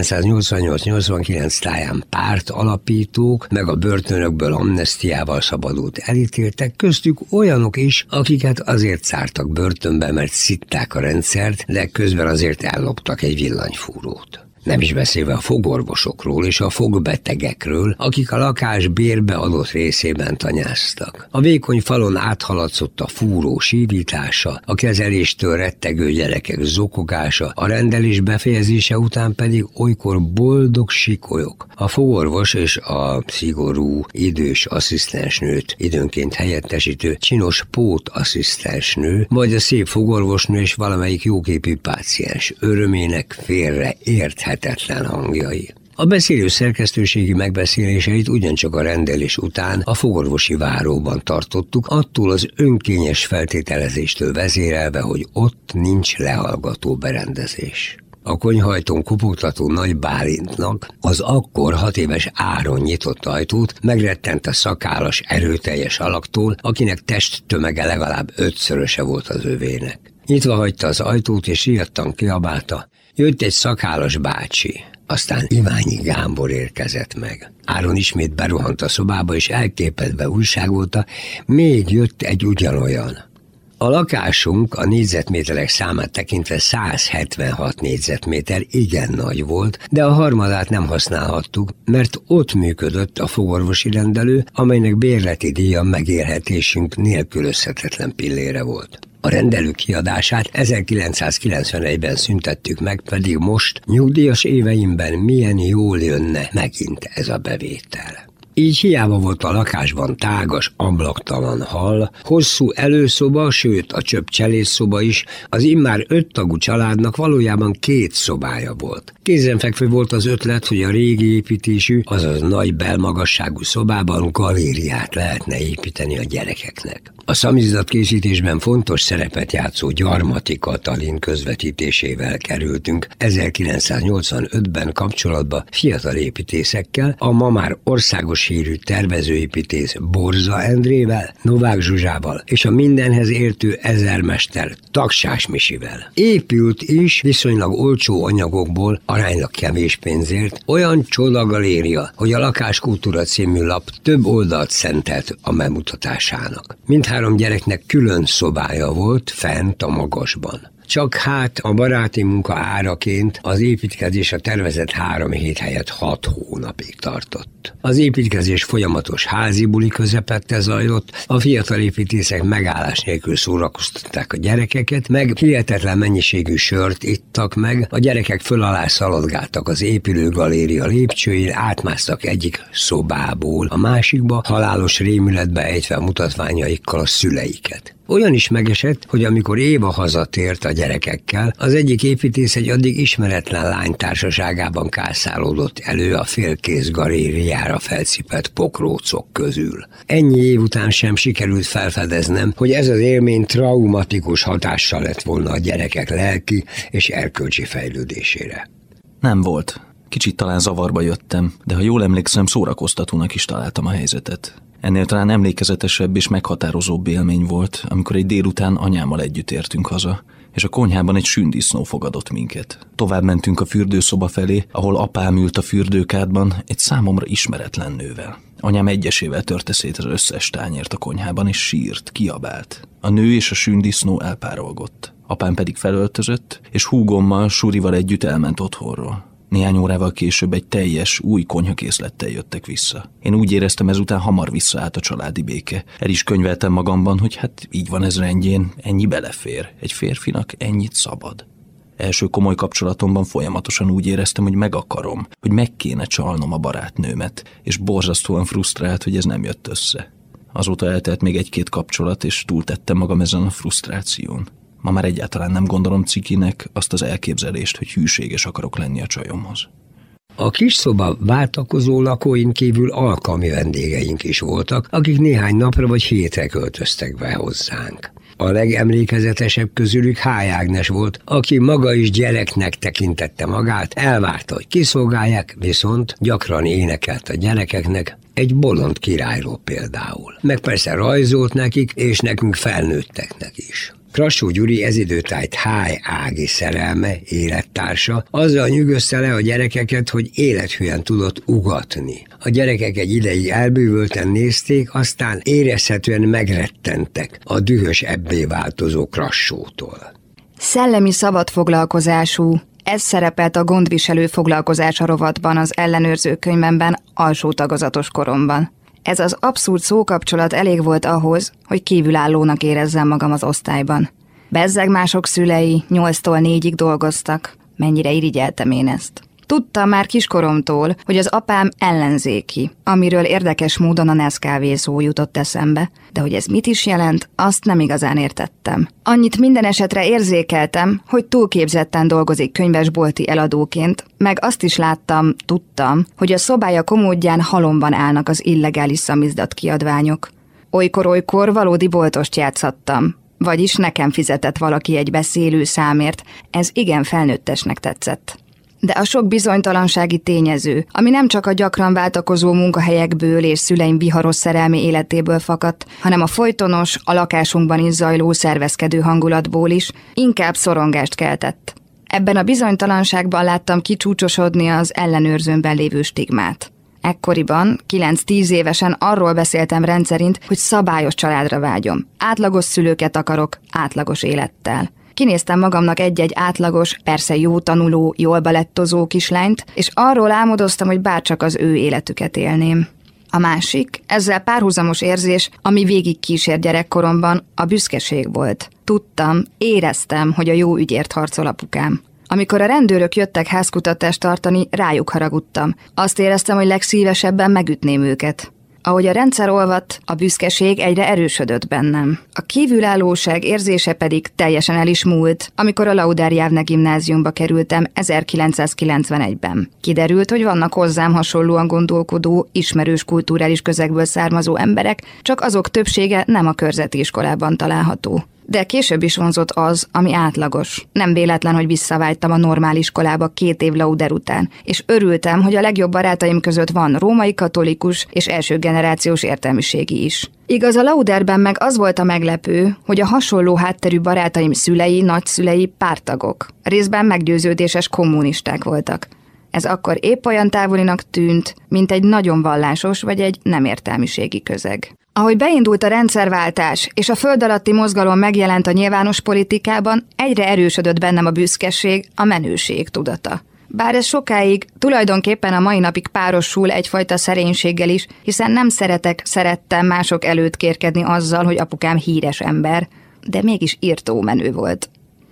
1988-89 táján párt alapítók, meg a börtönökből amnesztiával szabadult elítéltek, köztük olyanok is, akiket azért zártak börtönbe, mert szitták a rendszert, de közben azért elloptak egy villanyfúrót. Nem is beszélve a fogorvosokról és a fogbetegekről, akik a lakás bérbe adott részében tanyáztak. A vékony falon áthaladszott a fúró sívítása, a kezeléstől rettegő gyerekek zokogása, a rendelés befejezése után pedig olykor boldog sikolyok. A fogorvos és a szigorú, idős asszisztensnőt időnként helyettesítő csinos pótasszisztensnő, vagy a szép fogorvosnő és valamelyik jóképű páciens örömének félre érthetetlen hangjai. A beszélő szerkesztőségi megbeszéléseit ugyancsak a rendelés után a fogorvosi váróban tartottuk, attól az önkényes feltételezéstől vezérelve, hogy ott nincs lehallgató berendezés. A konyhajtón kopogtató nagy Bálintnak az akkor 6 éves Áron nyitott ajtót, megrettent a szakállas, erőteljes alaktól, akinek testtömege legalább 5-szöröse volt az övének. Nyitva hagyta az ajtót, és riadtan kiabálta: jött egy szakállas bácsi. Aztán Iványi Gábor érkezett meg. Áron ismét berohant a szobába, és elképedve újságolta: még jött egy ugyanolyan. A lakásunk a négyzetméterek számát tekintve 176 négyzetméter, igen nagy volt, de a harmadát nem használhattuk, mert ott működött a fogorvosi rendelő, amelynek bérleti díja megélhetésünk nélkülözhetetlen pillére volt. A rendelő kiadását 1991-ben szüntettük meg, pedig most, nyugdíjas éveimben milyen jól jönne megint ez a bevétel. Így hiába volt a lakásban tágas, ablaktalan hal, hosszú előszoba, sőt a csöpp cselédszoba is, az immár 5 tagú családnak valójában 2 szobája volt. Kézenfekvő volt az ötlet, hogy a régi építésű, azaz nagy belmagasságú szobában galériát lehetne építeni a gyerekeknek. A szamizdatkészítésben fontos szerepet játszó Gyarmati Katalin közvetítésével kerültünk 1985-ben kapcsolatba fiatal építészekkel, a ma már országos hírű tervezőépítész Borza Endrével, Novák Zsuzsával és a mindenhez értő ezermester Taksás Misivel. Épült is viszonylag olcsó anyagokból, aránylag kevés pénzért olyan csodagaléria, hogy a Lakáskultúra című lap több oldalt szentelt a bemutatásának. Mindhárom gyereknek külön szobája volt fent a magasban. Csak hát a baráti munka áraként az építkezés a tervezett 3 hét helyett 6 hónapig tartott. Az építkezés folyamatos házi buli közepette zajlott, a fiatal építészek megállás nélkül szórakoztatták a gyerekeket, meg hihetetlen mennyiségű sört ittak meg, a gyerekek föl alá szaladgáltak az épülő galéria lépcsőjén, átmásztak egyik szobából a másikba, halálos rémületbe ejtve a mutatványaikkal a szüleiket. Olyan is megesett, hogy amikor Éva hazatért a gyerekekkel, az egyik építész egy addig ismeretlen lány társaságában kászálódott elő a félkész galériára felcipett pokrócok közül. Ennyi év után sem sikerült felfedeznem, hogy ez az élmény traumatikus hatással lett volna a gyerekek lelki és erkölcsi fejlődésére. Nem volt. Kicsit talán zavarba jöttem, de ha jól emlékszem, szórakoztatónak is találtam a helyzetet. Ennél talán emlékezetesebb és meghatározóbb élmény volt, amikor egy délután anyámmal együtt értünk haza, és a konyhában egy sünddisznó fogadott minket. Tovább mentünk a fürdőszoba felé, ahol apám ült a fürdőkádban egy számomra ismeretlen nővel. Anyám egyesével törte szét az összes tányért a konyhában, és sírt, kiabált. A nő és a sünddisznó elpárolgott. Apám pedig felöltözött, és húgommal, Surival együtt elment otthonról. Néhány órával később egy teljes, új konyhakészlettel jöttek vissza. Én úgy éreztem, ezután hamar visszaállt a családi béke. El is könyveltem magamban, hogy hát így van ez rendjén, ennyi belefér. Egy férfinak ennyit szabad. Első komoly kapcsolatomban folyamatosan úgy éreztem, hogy meg akarom, hogy meg kéne csalnom a barátnőmet, és borzasztóan frusztrált, hogy ez nem jött össze. Azóta eltelt még egy-két kapcsolat, és túltettem magam ezen a frusztráción. Ma már egyáltalán nem gondolom cikinek azt az elképzelést, hogy hűséges akarok lenni a csajomhoz. A kis szoba váltakozó lakóin kívül alkalmi vendégeink is voltak, akik néhány napra vagy hétre költöztek be hozzánk. A legemlékezetesebb közülük H. Ágnes volt, aki maga is gyereknek tekintette magát, elvárta, hogy kiszolgálják, viszont gyakran énekelt a gyerekeknek, egy bolond királyról például. Meg persze rajzolt nekik, és nekünk felnőtteknek is. Krassó Gyuri ez időtájt H. Ági szerelme, élettársa, azzal nyűgözte le a gyerekeket, hogy élethűen tudott ugatni. A gyerekek egy ideig elbűvölten nézték, aztán érezhetően megrettentek a dühös ebbé változó Krassótól. Szellemi szabadfoglalkozású. Ez szerepelt a gondviselő foglalkozása rovatban az ellenőrző könyvemben alsó tagozatos koromban. Ez az abszurd szókapcsolat elég volt ahhoz, hogy kívülállónak érezzem magam az osztályban. Bezzeg mások szülei 8-tól 4-ig dolgoztak. Mennyire irigyeltem én ezt. Tudtam már kiskoromtól, hogy az apám ellenzéki, amiről érdekes módon a Nescafé szó jutott eszembe, de hogy ez mit is jelent, azt nem igazán értettem. Annyit minden esetre érzékeltem, hogy túlképzetten dolgozik könyvesbolti eladóként, meg azt is tudtam, hogy a szobája komódján halomban állnak az illegális szamizdat kiadványok. Olykor valódi boltost játszhattam, vagyis nekem fizetett valaki egy beszélő számért, ez igen felnőttesnek tetszett. De a sok bizonytalansági tényező, ami nem csak a gyakran váltakozó munkahelyekből és szüleim viharos szerelmi életéből fakadt, hanem a folytonos, a lakásunkban is zajló szervezkedő hangulatból is, inkább szorongást keltett. Ebben a bizonytalanságban láttam kicsúcsosodni az ellenőrzőmben lévő stigmát. Ekkoriban, 9-10 évesen arról beszéltem rendszerint, hogy szabályos családra vágyom. Átlagos szülőket akarok, átlagos élettel. Kinéztem magamnak egy-egy átlagos, persze jó tanuló, jól balettozó kislányt, és arról álmodoztam, hogy bárcsak az ő életüket élném. A másik, ezzel párhuzamos érzés, ami végig kísért gyerekkoromban, a büszkeség volt. Tudtam, éreztem, hogy a jó ügyért harcol apukám. Amikor a rendőrök jöttek házkutatást tartani, rájuk haragudtam. Azt éreztem, hogy legszívesebben megütném őket. Ahogy a rendszer olvadt, a büszkeség egyre erősödött bennem. A kívülállóság érzése pedig teljesen el is múlt, amikor a Lauder Javne gimnáziumba kerültem 1991-ben. Kiderült, hogy vannak hozzám hasonlóan gondolkodó, ismerős kulturális közegből származó emberek, csak azok többsége nem a körzeti iskolában található. De később is vonzott az, ami átlagos. Nem véletlen, hogy visszavágytam a normál iskolába 2 év Lauder után, és örültem, hogy a legjobb barátaim között van római katolikus és első generációs értelmiségi is. Igaz, a Lauderben meg az volt a meglepő, hogy a hasonló hátterű barátaim szülei, nagyszülei párttagok, részben meggyőződéses kommunisták voltak. Ez akkor épp olyan távolinak tűnt, mint egy nagyon vallásos vagy egy nem értelmiségi közeg. Ahogy beindult a rendszerváltás, és a föld alatti mozgalom megjelent a nyilvános politikában, egyre erősödött bennem a büszkeség, a menőség tudata. Bár ez sokáig, tulajdonképpen a mai napig párosul egyfajta szerénységgel is, hiszen nem szerettem mások előtt kérkedni azzal, hogy apukám híres ember, de mégis írtó menő volt.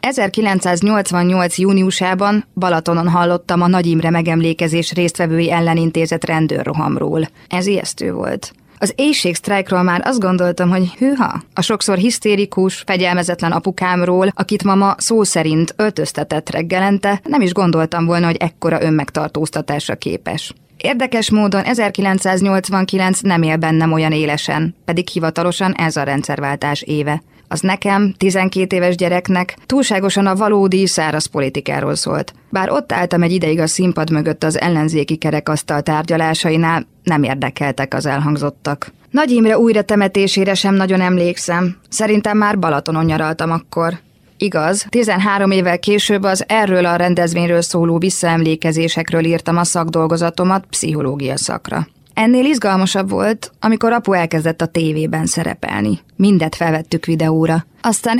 1988. júniusában Balatonon hallottam a Nagy Imre megemlékezés résztvevői ellen intézett rendőrrohamról. Ez ijesztő volt. Az éjségsztrájkról már azt gondoltam, hogy hűha, a sokszor hisztérikus, fegyelmezetlen apukámról, akit mama szó szerint öltöztetett reggelente, nem is gondoltam volna, hogy ekkora önmegtartóztatásra képes. Érdekes módon 1989 nem él bennem olyan élesen, pedig hivatalosan ez a rendszerváltás éve. Az nekem, 12 éves gyereknek túlságosan a valódi száraz politikáról szólt. Bár ott álltam egy ideig a színpad mögött az ellenzéki kerekasztal tárgyalásainál, nem érdekeltek az elhangzottak. Nagy Imre újratemetésére sem nagyon emlékszem. Szerintem már Balatonon nyaraltam akkor. Igaz, 13 évvel később az erről a rendezvényről szóló visszaemlékezésekről írtam a szakdolgozatomat pszichológia szakra. Ennél izgalmasabb volt, amikor apu elkezdett a tévében szerepelni. Mindet felvettük videóra. Aztán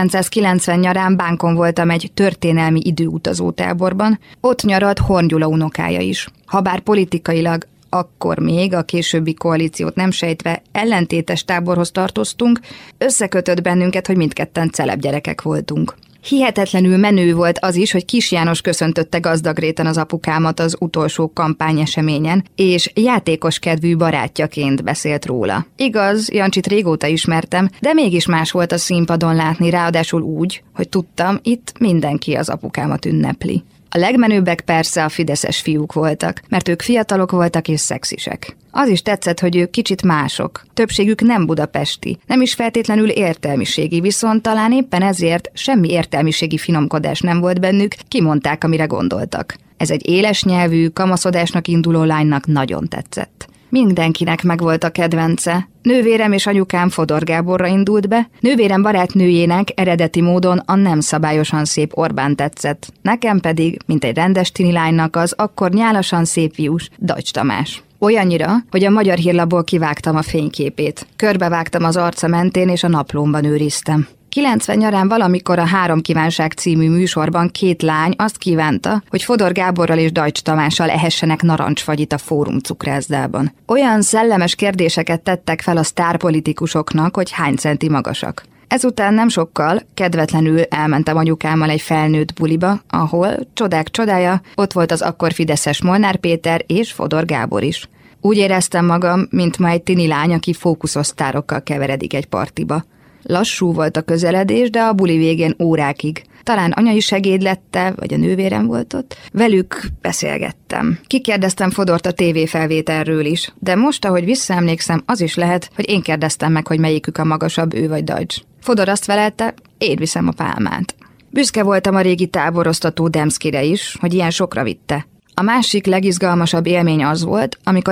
1990 nyarán Bánkon voltam egy történelmi időutazó táborban, ott nyaralt Horn Gyula unokája is. Habár politikailag akkor még a későbbi koalíciót nem sejtve ellentétes táborhoz tartoztunk, összekötött bennünket, hogy mindketten celeb gyerekek voltunk. Hihetetlenül menő volt az is, hogy Kis János köszöntötte Gazdagréten az apukámat az utolsó kampányeseményen, és játékos kedvű barátjaként beszélt róla. Igaz, Jancsit régóta ismertem, de mégis más volt a színpadon látni, ráadásul úgy, hogy tudtam, itt mindenki az apukámat ünnepli. A legmenőbbek persze a fideszes fiúk voltak, mert ők fiatalok voltak és szexisek. Az is tetszett, hogy ők kicsit mások. Többségük nem budapesti, nem is feltétlenül értelmiségi, viszont talán éppen ezért semmi értelmiségi finomkodás nem volt bennük, kimondták, amire gondoltak. Ez egy éles nyelvű, kamaszodásnak induló lánynak nagyon tetszett. Mindenkinek megvolt a kedvence. Nővérem és anyukám Fodor Gáborra indult be, nővérem barátnőjének eredeti módon a nem szabályosan szép Orbán tetszett. Nekem pedig, mint egy rendes tini lánynak, az akkor nyálasan szép fiús Deutsch Tamás. Olyannyira, hogy a Magyar Hírlapból kivágtam a fényképét. Körbevágtam az arca mentén és a naplómban őriztem. 90 nyarán valamikor a 3 kívánság című műsorban 2 lány azt kívánta, hogy Fodor Gáborral és Deutsch Tamással ehessenek narancsfagyit a Fórum cukrászdában. Olyan szellemes kérdéseket tettek fel a sztárpolitikusoknak, hogy hány centi magasak. Ezután nem sokkal, kedvetlenül elmentem anyukámmal egy felnőtt buliba, ahol, csodák csodája, ott volt az akkor fideszes Molnár Péter és Fodor Gábor is. Úgy éreztem magam, mint ma egy tini lány, aki fókuszos sztárokkal keveredik egy partiba. Lassú volt a közeledés, de a buli végén órákig. Talán anyai segédlette, vagy a nővérem volt ott. Velük beszélgettem. Kikérdeztem Fodort a tévéfelvételről is, de most, ahogy visszaemlékszem, az is lehet, hogy én kérdeztem meg, hogy melyikük a magasabb, ő vagy Deutsch. Fodor azt felelte, én viszem a pálmát. Büszke voltam a régi táboroztató Demszkire is, hogy ilyen sokra vitte. A másik legizgalmasabb élmény az volt, amikor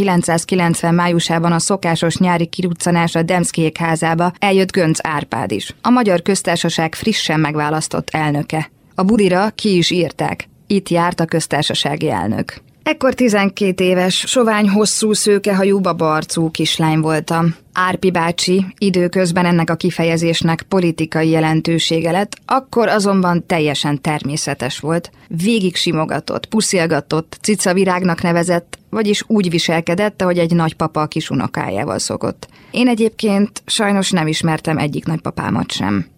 1990 májusában a szokásos nyári kiruccanás a Demszkiék házába eljött Göncz Árpád is, a Magyar Köztársaság frissen megválasztott elnöke. A bulira ki is írták, itt járt a köztársasági elnök. Ekkor 12 éves, sovány, hosszú, szőkehajú, babaarcú kislány voltam. Árpi bácsi időközben ennek a kifejezésnek politikai jelentősége lett, akkor azonban teljesen természetes volt. Végig simogatott, puszilgatott, cicavirágnak nevezett, vagyis úgy viselkedett, ahogy egy nagypapa a kisunokájával szokott. Én egyébként sajnos nem ismertem egyik nagypapámat sem.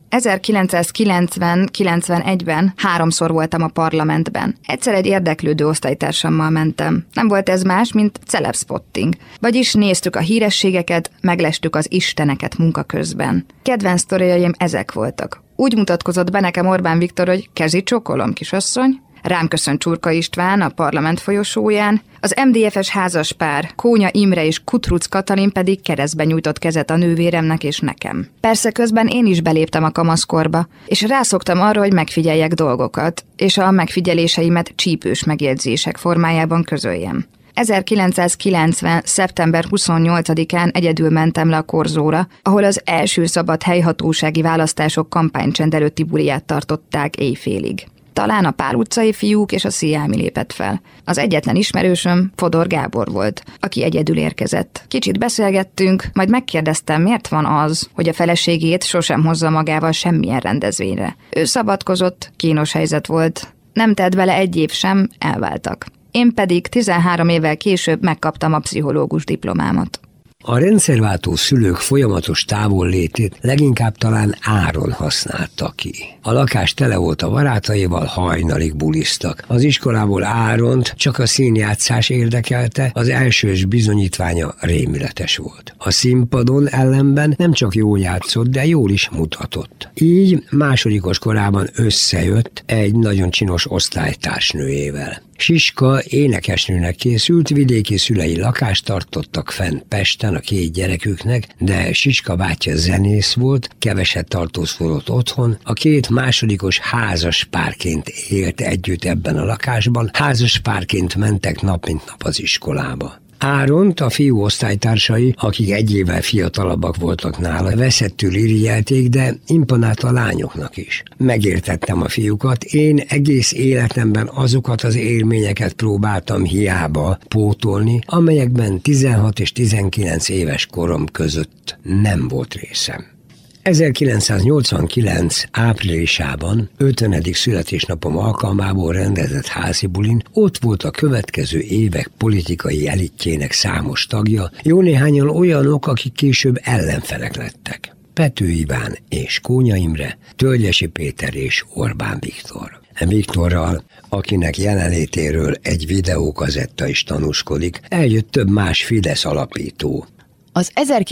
1990-91-ben 3-szor voltam a parlamentben. Egyszer egy érdeklődő osztálytársammal mentem. Nem volt ez más, mint celebspotting. Vagyis néztük a hírességeket, meglestük az isteneket munka közben. Kedvenc sztoriaim ezek voltak. Úgy mutatkozott be nekem Orbán Viktor, hogy kezi csókolom, kisasszony. Rám köszönt Csurka István a parlament folyosóján, az MDF-es házaspár, Kónya Imre és Kutruc Katalin pedig keresztben nyújtott kezet a nővéremnek és nekem. Persze közben én is beléptem a kamaszkorba, és rászoktam arra, hogy megfigyeljek dolgokat, és a megfigyeléseimet csípős megjegyzések formájában közöljem. 1990. szeptember 28-án egyedül mentem le a Korzóra, ahol az első szabad helyhatósági választások kampánycsend előtti buliját tartották éjfélig. Talán a Pál utcai fiúk és a Sziámi lépett fel. Az egyetlen ismerősöm Fodor Gábor volt, aki egyedül érkezett. Kicsit beszélgettünk, majd megkérdeztem, miért van az, hogy a feleségét sosem hozza magával semmilyen rendezvényre. Ő szabadkozott, kínos helyzet volt. Nem tett bele egy év sem, elváltak. Én pedig 13 évvel később megkaptam a pszichológus diplomámat. A rendszerváltó szülők folyamatos távollétét leginkább talán Áron használta ki. A lakás tele volt a barátaival, hajnalig buliztak. Az iskolából Áront csak a színjátszás érdekelte, az elsős bizonyítványa rémületes volt. A színpadon ellenben nem csak jól játszott, de jól is mutatott. Így másodikos korában összejött egy nagyon csinos osztálytársnőjével. Siska énekesnőnek készült, vidéki szülei lakást tartottak fenn Pesten, a 2 gyereküknek, de Siska bátyja zenész volt, keveset tartózkodott otthon, a 2 másodikos házas párként élt együtt ebben a lakásban, házas párként mentek nap mint nap az iskolába. Áront a fiú osztálytársai, akik 1 évvel fiatalabbak voltak nála, veszettül irigyelték, de imponált a lányoknak is. Megértettem a fiúkat, én egész életemben azokat az élményeket próbáltam hiába pótolni, amelyekben 16 és 19 éves korom között nem volt részem. 1989. áprilisában, 50. születésnapom alkalmából rendezett házi bulin ott volt a következő évek politikai elitjének számos tagja, jó néhányan olyanok, akik később ellenfelek lettek. Pető Iván és Kónya Imre, Tölgyesi Péter és Orbán Viktor. Viktorral, akinek jelenlétéről egy videókazetta is tanúskodik, eljött több más Fidesz alapító. Az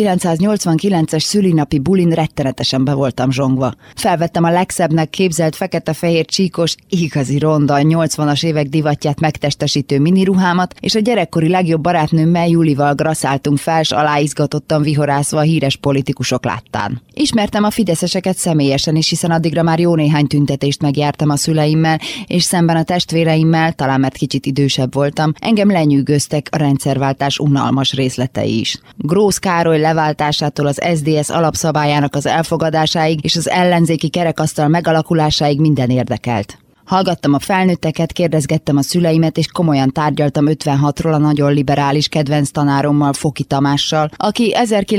1989-es szülinapi bulin rettenetesen be voltam zsongva. Felvettem a legszebbnek képzelt fekete-fehér csíkos, igazi ronda, 80-as évek divatját megtestesítő miniruhámat, és a gyerekkori legjobb barátnőmmel Julival grasszáltunk fel, s aláizgatottan vihorászva a híres politikusok láttán. Ismertem a fideszeseket személyesen is, hiszen addigra már jó néhány tüntetést megjártam a szüleimmel, és szemben a testvéreimmel, talán mert kicsit idősebb voltam, engem lenyűgöztek a rendszerváltás unalmas részletei is. Grósz Károly leváltásától az SZDSZ alapszabályának az elfogadásáig és az ellenzéki kerekasztal megalakulásáig minden érdekelt. Hallgattam a felnőtteket, kérdezgettem a szüleimet, és komolyan tárgyaltam 56-ról a nagyon liberális kedvenc tanárommal, Foki Tamással, aki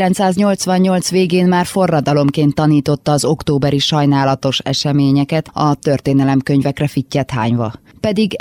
1988 végén már forradalomként tanította az októberi sajnálatos eseményeket, a történelemkönyvekre fittyet hányva. Pedig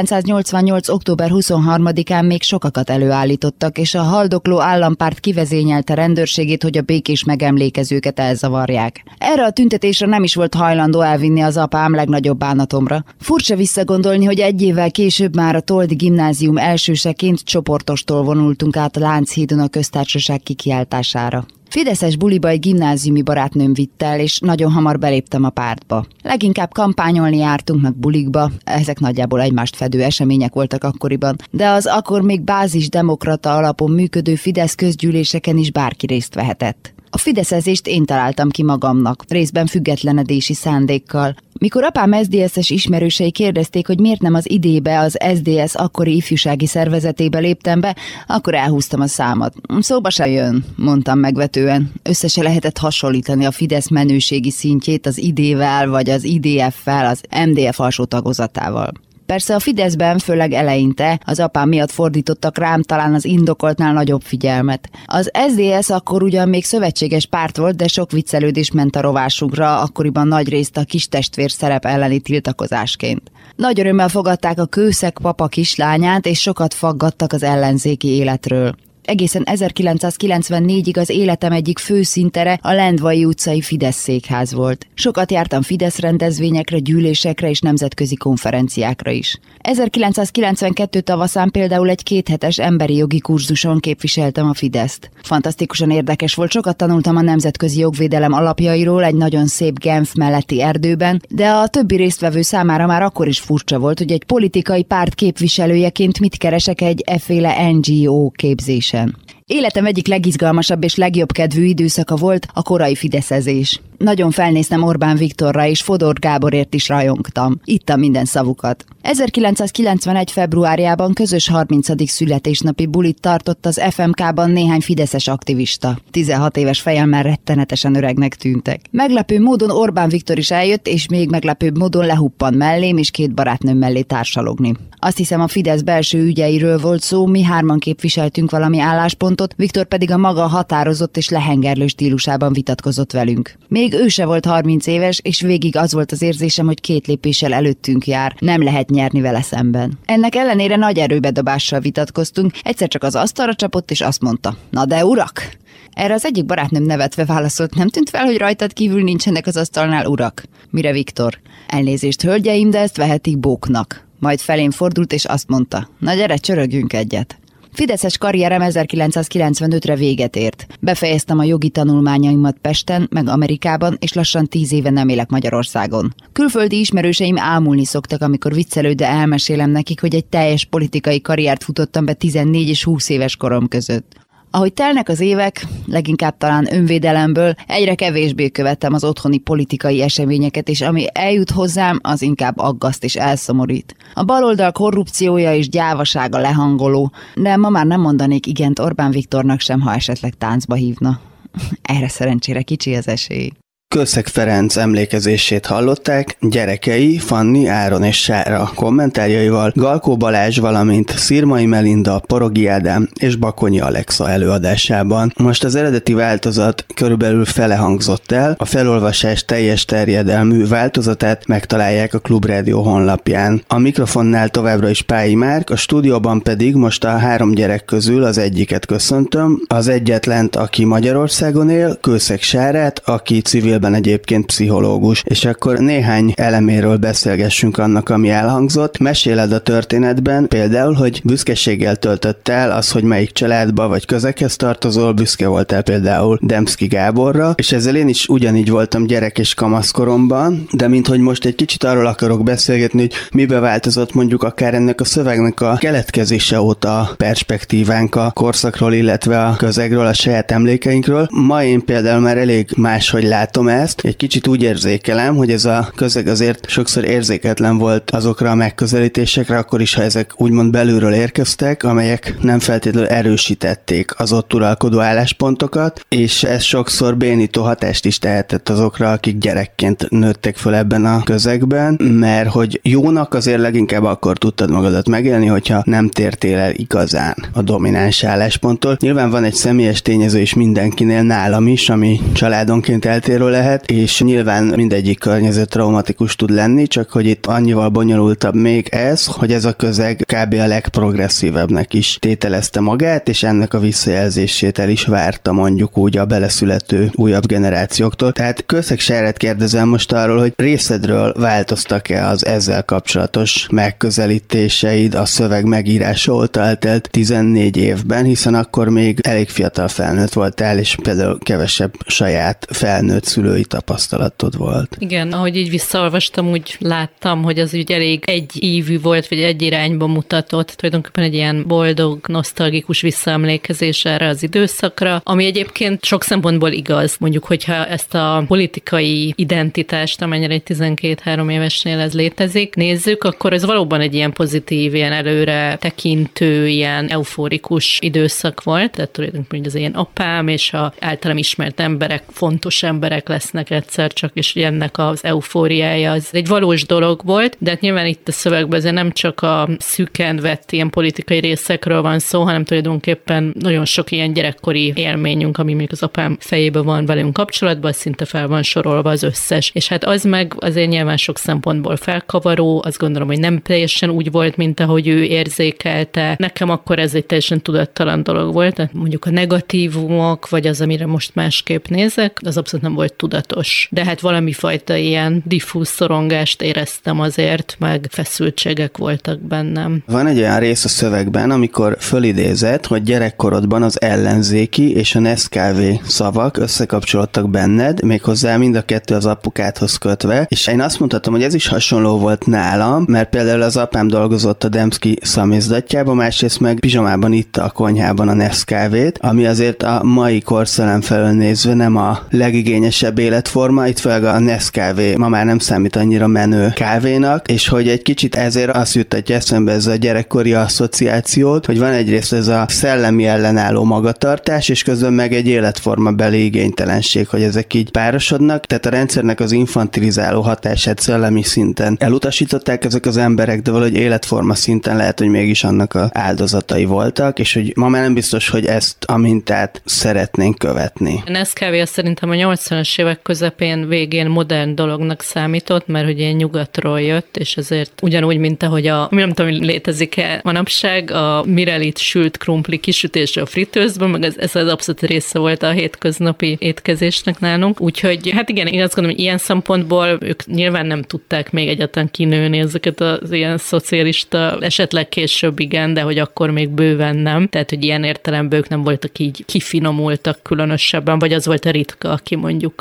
1988. október 23-án még sokakat előállítottak, és a haldokló állampárt kivezényelte rendőrségét, hogy a békés megemlékezőket elzavarják. Erre a tüntetésre nem is volt hajlandó elvinni az apám legnagyobb bánatomra. Furcsa visszagondolni, hogy 1 évvel később már a Toldi gimnázium elsőseként csoportostól vonultunk át a Lánchídon a köztársaság kikiáltására. Fideszes buliba egy gimnáziumi barátnőm vitt el, és nagyon hamar beléptem a pártba. Leginkább kampányolni jártunk meg bulikba, ezek nagyjából egymást fedő események voltak akkoriban, de az akkor még bázisdemokrata alapon működő Fidesz közgyűléseken is bárki részt vehetett. A fideszezést én találtam ki magamnak, részben függetlenedési szándékkal. Mikor apám SZDSZ-es ismerősei kérdezték, hogy miért nem az idébe, az SZDSZ akkori ifjúsági szervezetébe léptem be, akkor elhúztam a számat. Szóba se jön, mondtam megvetően. Össze se lehetett hasonlítani a Fidesz menőségi szintjét az idével, vagy az IDF-fel, az MDF alsó tagozatával. Persze a Fideszben, főleg eleinte, az apám miatt fordítottak rám talán az indokoltnál nagyobb figyelmet. Az SZDSZ akkor ugyan még szövetséges párt volt, de sok viccelődés ment a rovásunkra, akkoriban nagyrészt a kis testvér szerep elleni tiltakozásként. Nagy örömmel fogadták a kőszeg papa kislányát, és sokat faggattak az ellenzéki életről. Egészen 1994-ig az életem egyik főszintere a Lendvai utcai Fidesz székház volt. Sokat jártam Fidesz rendezvényekre, gyűlésekre és nemzetközi konferenciákra is. 1992 tavaszán például egy 2 hetes emberi jogi kurzuson képviseltem a Fideszt. Fantasztikusan érdekes volt, sokat tanultam a nemzetközi jogvédelem alapjairól egy nagyon szép Genf melletti erdőben, de a többi résztvevő számára már akkor is furcsa volt, hogy egy politikai párt képviselőjeként mit keresek egy efféle NGO képzésen. Életem egyik legizgalmasabb és legjobb kedvű időszaka volt a korai fideszezés. Nagyon felnéztem Orbán Viktorra, és Fodor Gáborért is rajongtam. Ittam minden szavukat. 1991. februárjában közös 30. születésnapi bulit tartott az FMK-ban néhány fideszes aktivista. 16 éves fejemmel rettenetesen öregnek tűntek. Meglepő módon Orbán Viktor is eljött, és még meglepőbb módon lehuppant mellém, és 2 barátnőm mellé társalogni. Azt hiszem, a Fidesz belső ügyeiről volt szó, mi 3 képviseltünk valami álláspontot, Viktor pedig a maga határozott és lehengerlő stílusában vitatkozott velünk. Még ő se volt 30 éves, és végig az volt az érzésem, hogy 2 lépéssel előttünk jár, nem lehet nyerni vele szemben. Ennek ellenére nagy erőbedobással vitatkoztunk, egyszer csak az asztalra csapott, és azt mondta: "Na de urak!" Erre az egyik barátnőm nevetve válaszolt: "Nem tűnt fel, hogy rajtad kívül nincsenek az asztalnál urak?" Mire Viktor: "Elnézést, hölgyeim, de ezt vehetik bóknak." Majd felém fordult, és azt mondta: "Na gyere, csörögjünk egyet." Fideszes karrierem 1995-re véget ért. Befejeztem a jogi tanulmányaimat Pesten, meg Amerikában, és lassan 10 éve nem élek Magyarországon. Külföldi ismerőseim ámulni szoktak, amikor viccelődve elmesélem nekik, hogy egy teljes politikai karriert futottam be 14 és 20 éves korom között. Ahogy telnek az évek, leginkább talán önvédelemből egyre kevésbé követem az otthoni politikai eseményeket, és ami eljut hozzám, az inkább aggaszt és elszomorít. A baloldal korrupciója és gyávasága lehangoló, de ma már nem mondanék igent Orbán Viktornak sem, ha esetleg táncba hívna. Erre szerencsére kicsi az esély. Kőszeg Ferenc emlékezését hallották, gyerekei Fanni, Áron és Sára kommentárjaival, Galkó Balázs, valamint Szirmai Melinda, Porogi Ádám és Bakonyi Alexa előadásában. Most az eredeti változat körülbelül fele hangzott el, a felolvasás teljes terjedelmű változatát megtalálják a Klubrádió honlapján. A mikrofonnál továbbra is Pályi Márk, a stúdióban pedig most a 3 gyerek közül az egyiket köszöntöm, az egyetlent, aki Magyarországon él, Kőszeg Sárát, aki civil egyébként pszichológus, és akkor néhány eleméről beszélgessünk annak, ami elhangzott. Meséled a történetben például, hogy büszkeséggel töltött el az, hogy melyik családba vagy közekhez tartozol, büszke voltál például Dembszky Gáborra, és ezzel én is ugyanígy voltam gyerek és kamaszkoromban, de minthogy most egy kicsit arról akarok beszélgetni, hogy mibe változott mondjuk akár ennek a szövegnek a keletkezése óta a perspektívánk a korszakról, illetve a közegről, a saját emlékeinkről. Ma én például már elég máshogy látom ezt. Egy kicsit úgy érzékelem, hogy ez a közeg azért sokszor érzéketlen volt azokra a megközelítésekre, akkor is, ha ezek úgymond belülről érkeztek, amelyek nem feltétlenül erősítették az ott uralkodó álláspontokat, és ez sokszor bénító hatást is tehetett azokra, akik gyerekként nőttek föl ebben a közegben, mert hogy jónak azért leginkább akkor tudtad magadat megélni, hogyha nem tértél el igazán a domináns állásponttól. Nyilván van egy személyes tényező is mindenkinél, nálam is, ami családonként eltérő lehet, és nyilván mindegyik környezet traumatikus tud lenni, csak hogy itt annyival bonyolultabb még ez, hogy ez a közeg kb. A legprogresszívebbnek is tételezte magát, és ennek a visszajelzését el is várta mondjuk úgy a beleszülető újabb generációktól. Tehát Kőszeg Sárát kérdezem most arról, hogy részedről változtak-e az ezzel kapcsolatos megközelítéseid a szöveg megírása óta eltelt 14 évben, hiszen akkor még elég fiatal felnőtt voltál, és például kevesebb saját felnőtt szülői tapasztalatod volt. Igen, ahogy így visszaolvastam, úgy láttam, hogy az úgy elég egyívű volt, vagy egy irányba mutatott, tulajdonképpen egy ilyen boldog, nosztalgikus visszaemlékezés erre az időszakra, ami egyébként sok szempontból igaz. Mondjuk, hogyha ezt a politikai identitást, amennyire egy 12-3 évesnél ez létezik, nézzük, akkor ez valóban egy ilyen pozitív, ilyen előre tekintő, ilyen euforikus időszak volt, tehát tulajdonképpen az ilyen apám és a általam ismert emberek, fontos emberek lesznek egyszer csak, és ennek az eufóriája az egy valós dolog volt, de hát nyilván itt a szövegben azért nem csak a szűken vett ilyen politikai részekről van szó, hanem tulajdonképpen nagyon sok ilyen gyerekkori élményünk, ami még az apám fejében van velünk kapcsolatban, szinte fel van sorolva az összes. És hát az meg azért nyilván sok szempontból felkavaró, azt gondolom, hogy nem teljesen úgy volt, mint ahogy ő érzékelte. Nekem akkor ez egy teljesen tudattalan dolog volt, tehát mondjuk a negatívumok, vagy az, amire most másképp nézek, az abszolút nem volt tudatos. De hát valami fajta ilyen diffúz szorongást éreztem azért, meg feszültségek voltak bennem. Van egy olyan rész a szövegben, amikor fölidézett, hogy gyerekkorodban az ellenzéki és a NSZKV szavak összekapcsolódtak benned, méghozzá mind a kettő az apukádhoz kötve, és én azt mondhatom, hogy ez is hasonló volt nálam, mert például az apám dolgozott a Dembszky szamizdatjában, másrészt meg pizsamában itta a konyhában a NSZKV-t, ami azért a mai korszellem felől nézve nem a legigényesebb életforma, itt főleg a NSZKV ma már nem számít annyira menő kávénak, és hogy egy kicsit ezért azt juttatja eszembe ez a gyerekkori asszociációt, hogy van egyrészt ez a szellemi ellenálló magatartás, és közben meg egy életforma beli igénytelenség, hogy ezek így párosodnak, tehát a rendszernek az infantilizáló hatását szellemi szinten elutasították ezek az emberek, de valahogy életforma szinten lehet, hogy mégis annak az áldozatai voltak, és hogy ma már nem biztos, hogy ezt a mintát szeretnénk követni. A NSZKV szerintem a 80-as évek közepén végén modern dolognak számított, mert hogy ilyen nyugatról jött, és ezért ugyanúgy, mint ahogy nem tudom, hogy létezik-e manapság, a Mirelit sült krumpli kisütése a fritőzben, meg ez az abszolút része volt a hétköznapi étkezésnek nálunk. Úgyhogy hát igen, én azt gondolom, hogy ilyen szempontból ők nyilván nem tudták még egyáltalán kinőni ezeket az ilyen szocialista, esetleg később igen, de hogy akkor még bőven nem. Tehát, hogy ilyen értelemben ők nem voltak így kifinomultak különösebben, vagy az volt a ritka, aki mondjuk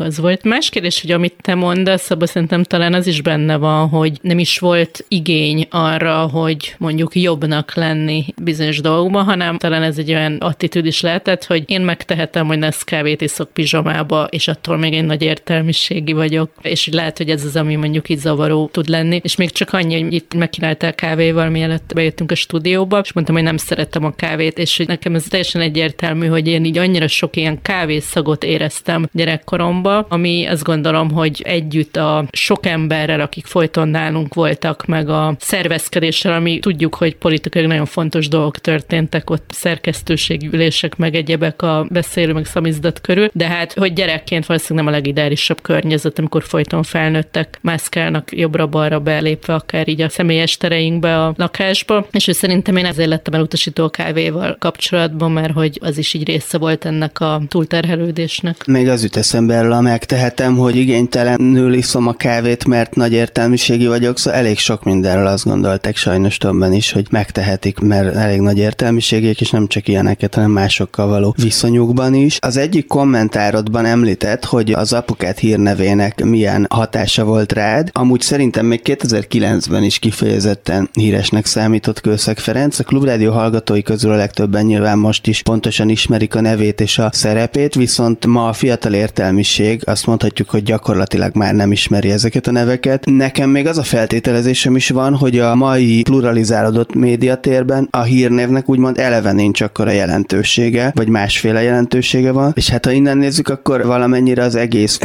az volt. Más kérdés, hogy amit te mondasz, abban szerintem talán az is benne van, hogy nem is volt igény arra, hogy mondjuk jobbnak lenni bizonyos dolgokban, hanem talán ez egy olyan attitűd is lehetett, hogy én megtehetem, hogy Nescafét iszok pizsomába, és attól még egy nagy értelmiségi vagyok, és lehet, hogy ez az, ami mondjuk így zavaró tud lenni. És még csak annyi, hogy itt megkínáltál kávéval, mielőtt bejöttünk a stúdióba, és mondtam, hogy nem szerettem a kávét, és hogy nekem ez teljesen egyértelmű, hogy én így annyira sok ilyen kávészagot éreztem gyerekkoromban, ami azt gondolom, hogy együtt a sok emberrel, akik folyton nálunk voltak, meg a szervezkedéssel, ami tudjuk, hogy politikai nagyon fontos dolgok történtek ott, szerkesztőségi ülések, meg egyebek a beszélő, meg szamizdat körül, de hát, hogy gyerekként valószínűleg nem a legideálisabb környezet, amikor folyton felnőttek, mászkálnak jobbra-balra belépve, akár így a személyes tereinkbe a lakásba, és hogy szerintem én ezért lettem elutasító a kávéval kapcsolatban, mert hogy az is így része volt ennek a túlterhelődésnek. Még az jut eszembe erről, a megtehetem, hogy igénytelenül iszom a kávét, mert nagy értelmiségi vagyok, szóval elég sok mindenről azt gondolták sajnos többen is, hogy megtehetik, mert elég nagy értelmiségiek, és nem csak ilyeneket, hanem másokkal való viszonyukban is. Az egyik kommentárodban említett, hogy az apukád hírnevének milyen hatása volt rád. Amúgy szerintem még 2009-ben is kifejezetten híresnek számított Kőszeg Ferenc. A Klubrádió hallgatói közül a legtöbben nyilván most is pontosan ismerik a nevét és a szerepét, viszont ma a fiatal értelmiség azt mondhatjuk, hogy gyakorlatilag már nem ismeri ezeket a neveket. Nekem még az a feltételezésem is van, hogy a mai pluralizálódott médiatérben a hírnévnek úgymond eleve nincs akkora jelentősége, vagy másféle jelentősége van, és hát ha innen nézzük, akkor valamennyire az egész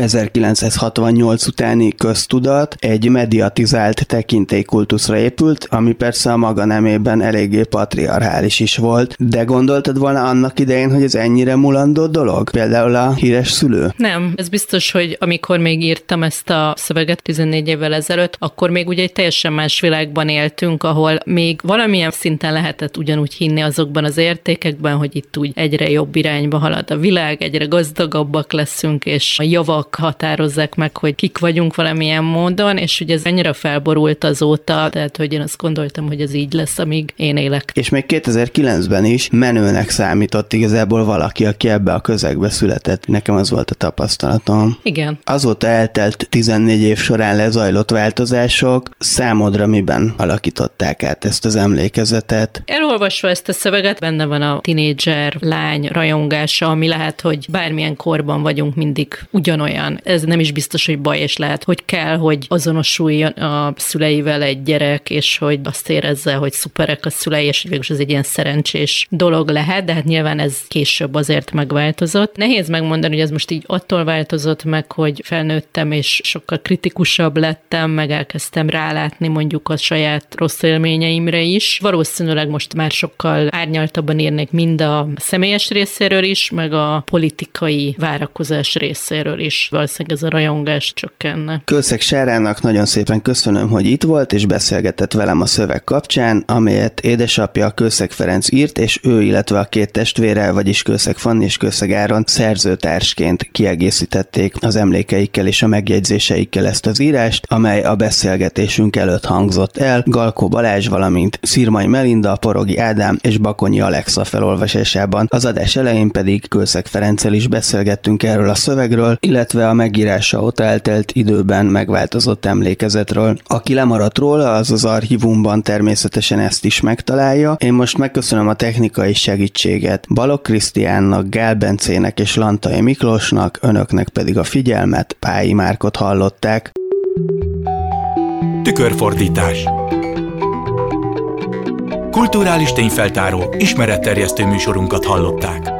1968 utáni köztudat egy mediatizált tekintélykultuszra épült, ami persze a maga nemében eléggé patriarchális is volt, de gondoltad volna annak idején, hogy ez ennyire mulandó dolog? Például a híres szülő? Nem, ez biztos, hogy amikor még írtam ezt a szöveget 14 évvel ezelőtt, akkor még ugye egy teljesen más világban éltünk, ahol még valamilyen szinten lehetett ugyanúgy hinni azokban az értékekben, hogy itt úgy egyre jobb irányba halad a világ, egyre gazdagabbak leszünk, és a javak határozzák meg, hogy kik vagyunk valamilyen módon, és ugye ez annyira felborult azóta, tehát hogy én azt gondoltam, hogy ez így lesz, amíg én élek. És még 2009-ben is menőnek számított igazából valaki, aki ebbe a közegbe született. Nekem az volt a tapasztalatom. Igen. Azóta eltelt 14 év során lezajlott változások, számodra miben alakították át ezt az emlékezetet? Elolvasva ezt a szöveget, benne van a tinédzser lány rajongása, ami lehet, hogy bármilyen korban vagyunk, mindig ugyanolyan. Ez nem is biztos, hogy baj, és lehet, hogy kell, hogy azonosuljon a szüleivel egy gyerek, és hogy azt érezze, hogy szuperek a szülei, és végülis ez egy ilyen szerencsés dolog lehet, de hát nyilván ez később azért megváltozott. Nehéz megmondani, hogy ez most így attól változott meg, hogy felnőttem, és sokkal kritikusabb lettem, meg elkezdtem rálátni mondjuk a saját rossz élményeimre is. Valószínűleg most már sokkal árnyaltabban írnék mind a személyes részéről is, meg a politikai várakozás részéről is. Valószínűleg ez a rajongás csökkenne. Kőszeg Sárának nagyon szépen köszönöm, hogy itt volt, és beszélgetett velem a szöveg kapcsán, amelyet édesapja Kőszeg Ferenc írt, és ő, illetve a két testvére, vagyis Kőszeg Fanni és Kőszeg Áron szerzőtársként kiegészítették az emlékeikkel és a megjegyzéseikkel ezt az írást, amely a beszélgetésünk előtt hangzott el Galkó Balázs, valamint Szirmai Melinda, Porogi Ádám és Bakonyi Alexa felolvasásában. Az adás elején pedig Kőszeg Ferenccel is beszélgettünk erről a szövegről, illetve a megírása óta eltelt időben megváltozott emlékezetről. Aki lemaradt róla, az az archívumban természetesen ezt is megtalálja. Én most megköszönöm a technikai segítséget Balogh Krisztiánnak, Gál Bencének és Lantai Miklósnak, önöknek pedig a figyelmet, Pályi Márkot hallották. Tükörfordítás. Kulturális tényfeltáró, ismeretterjesztő műsorunkat hallották.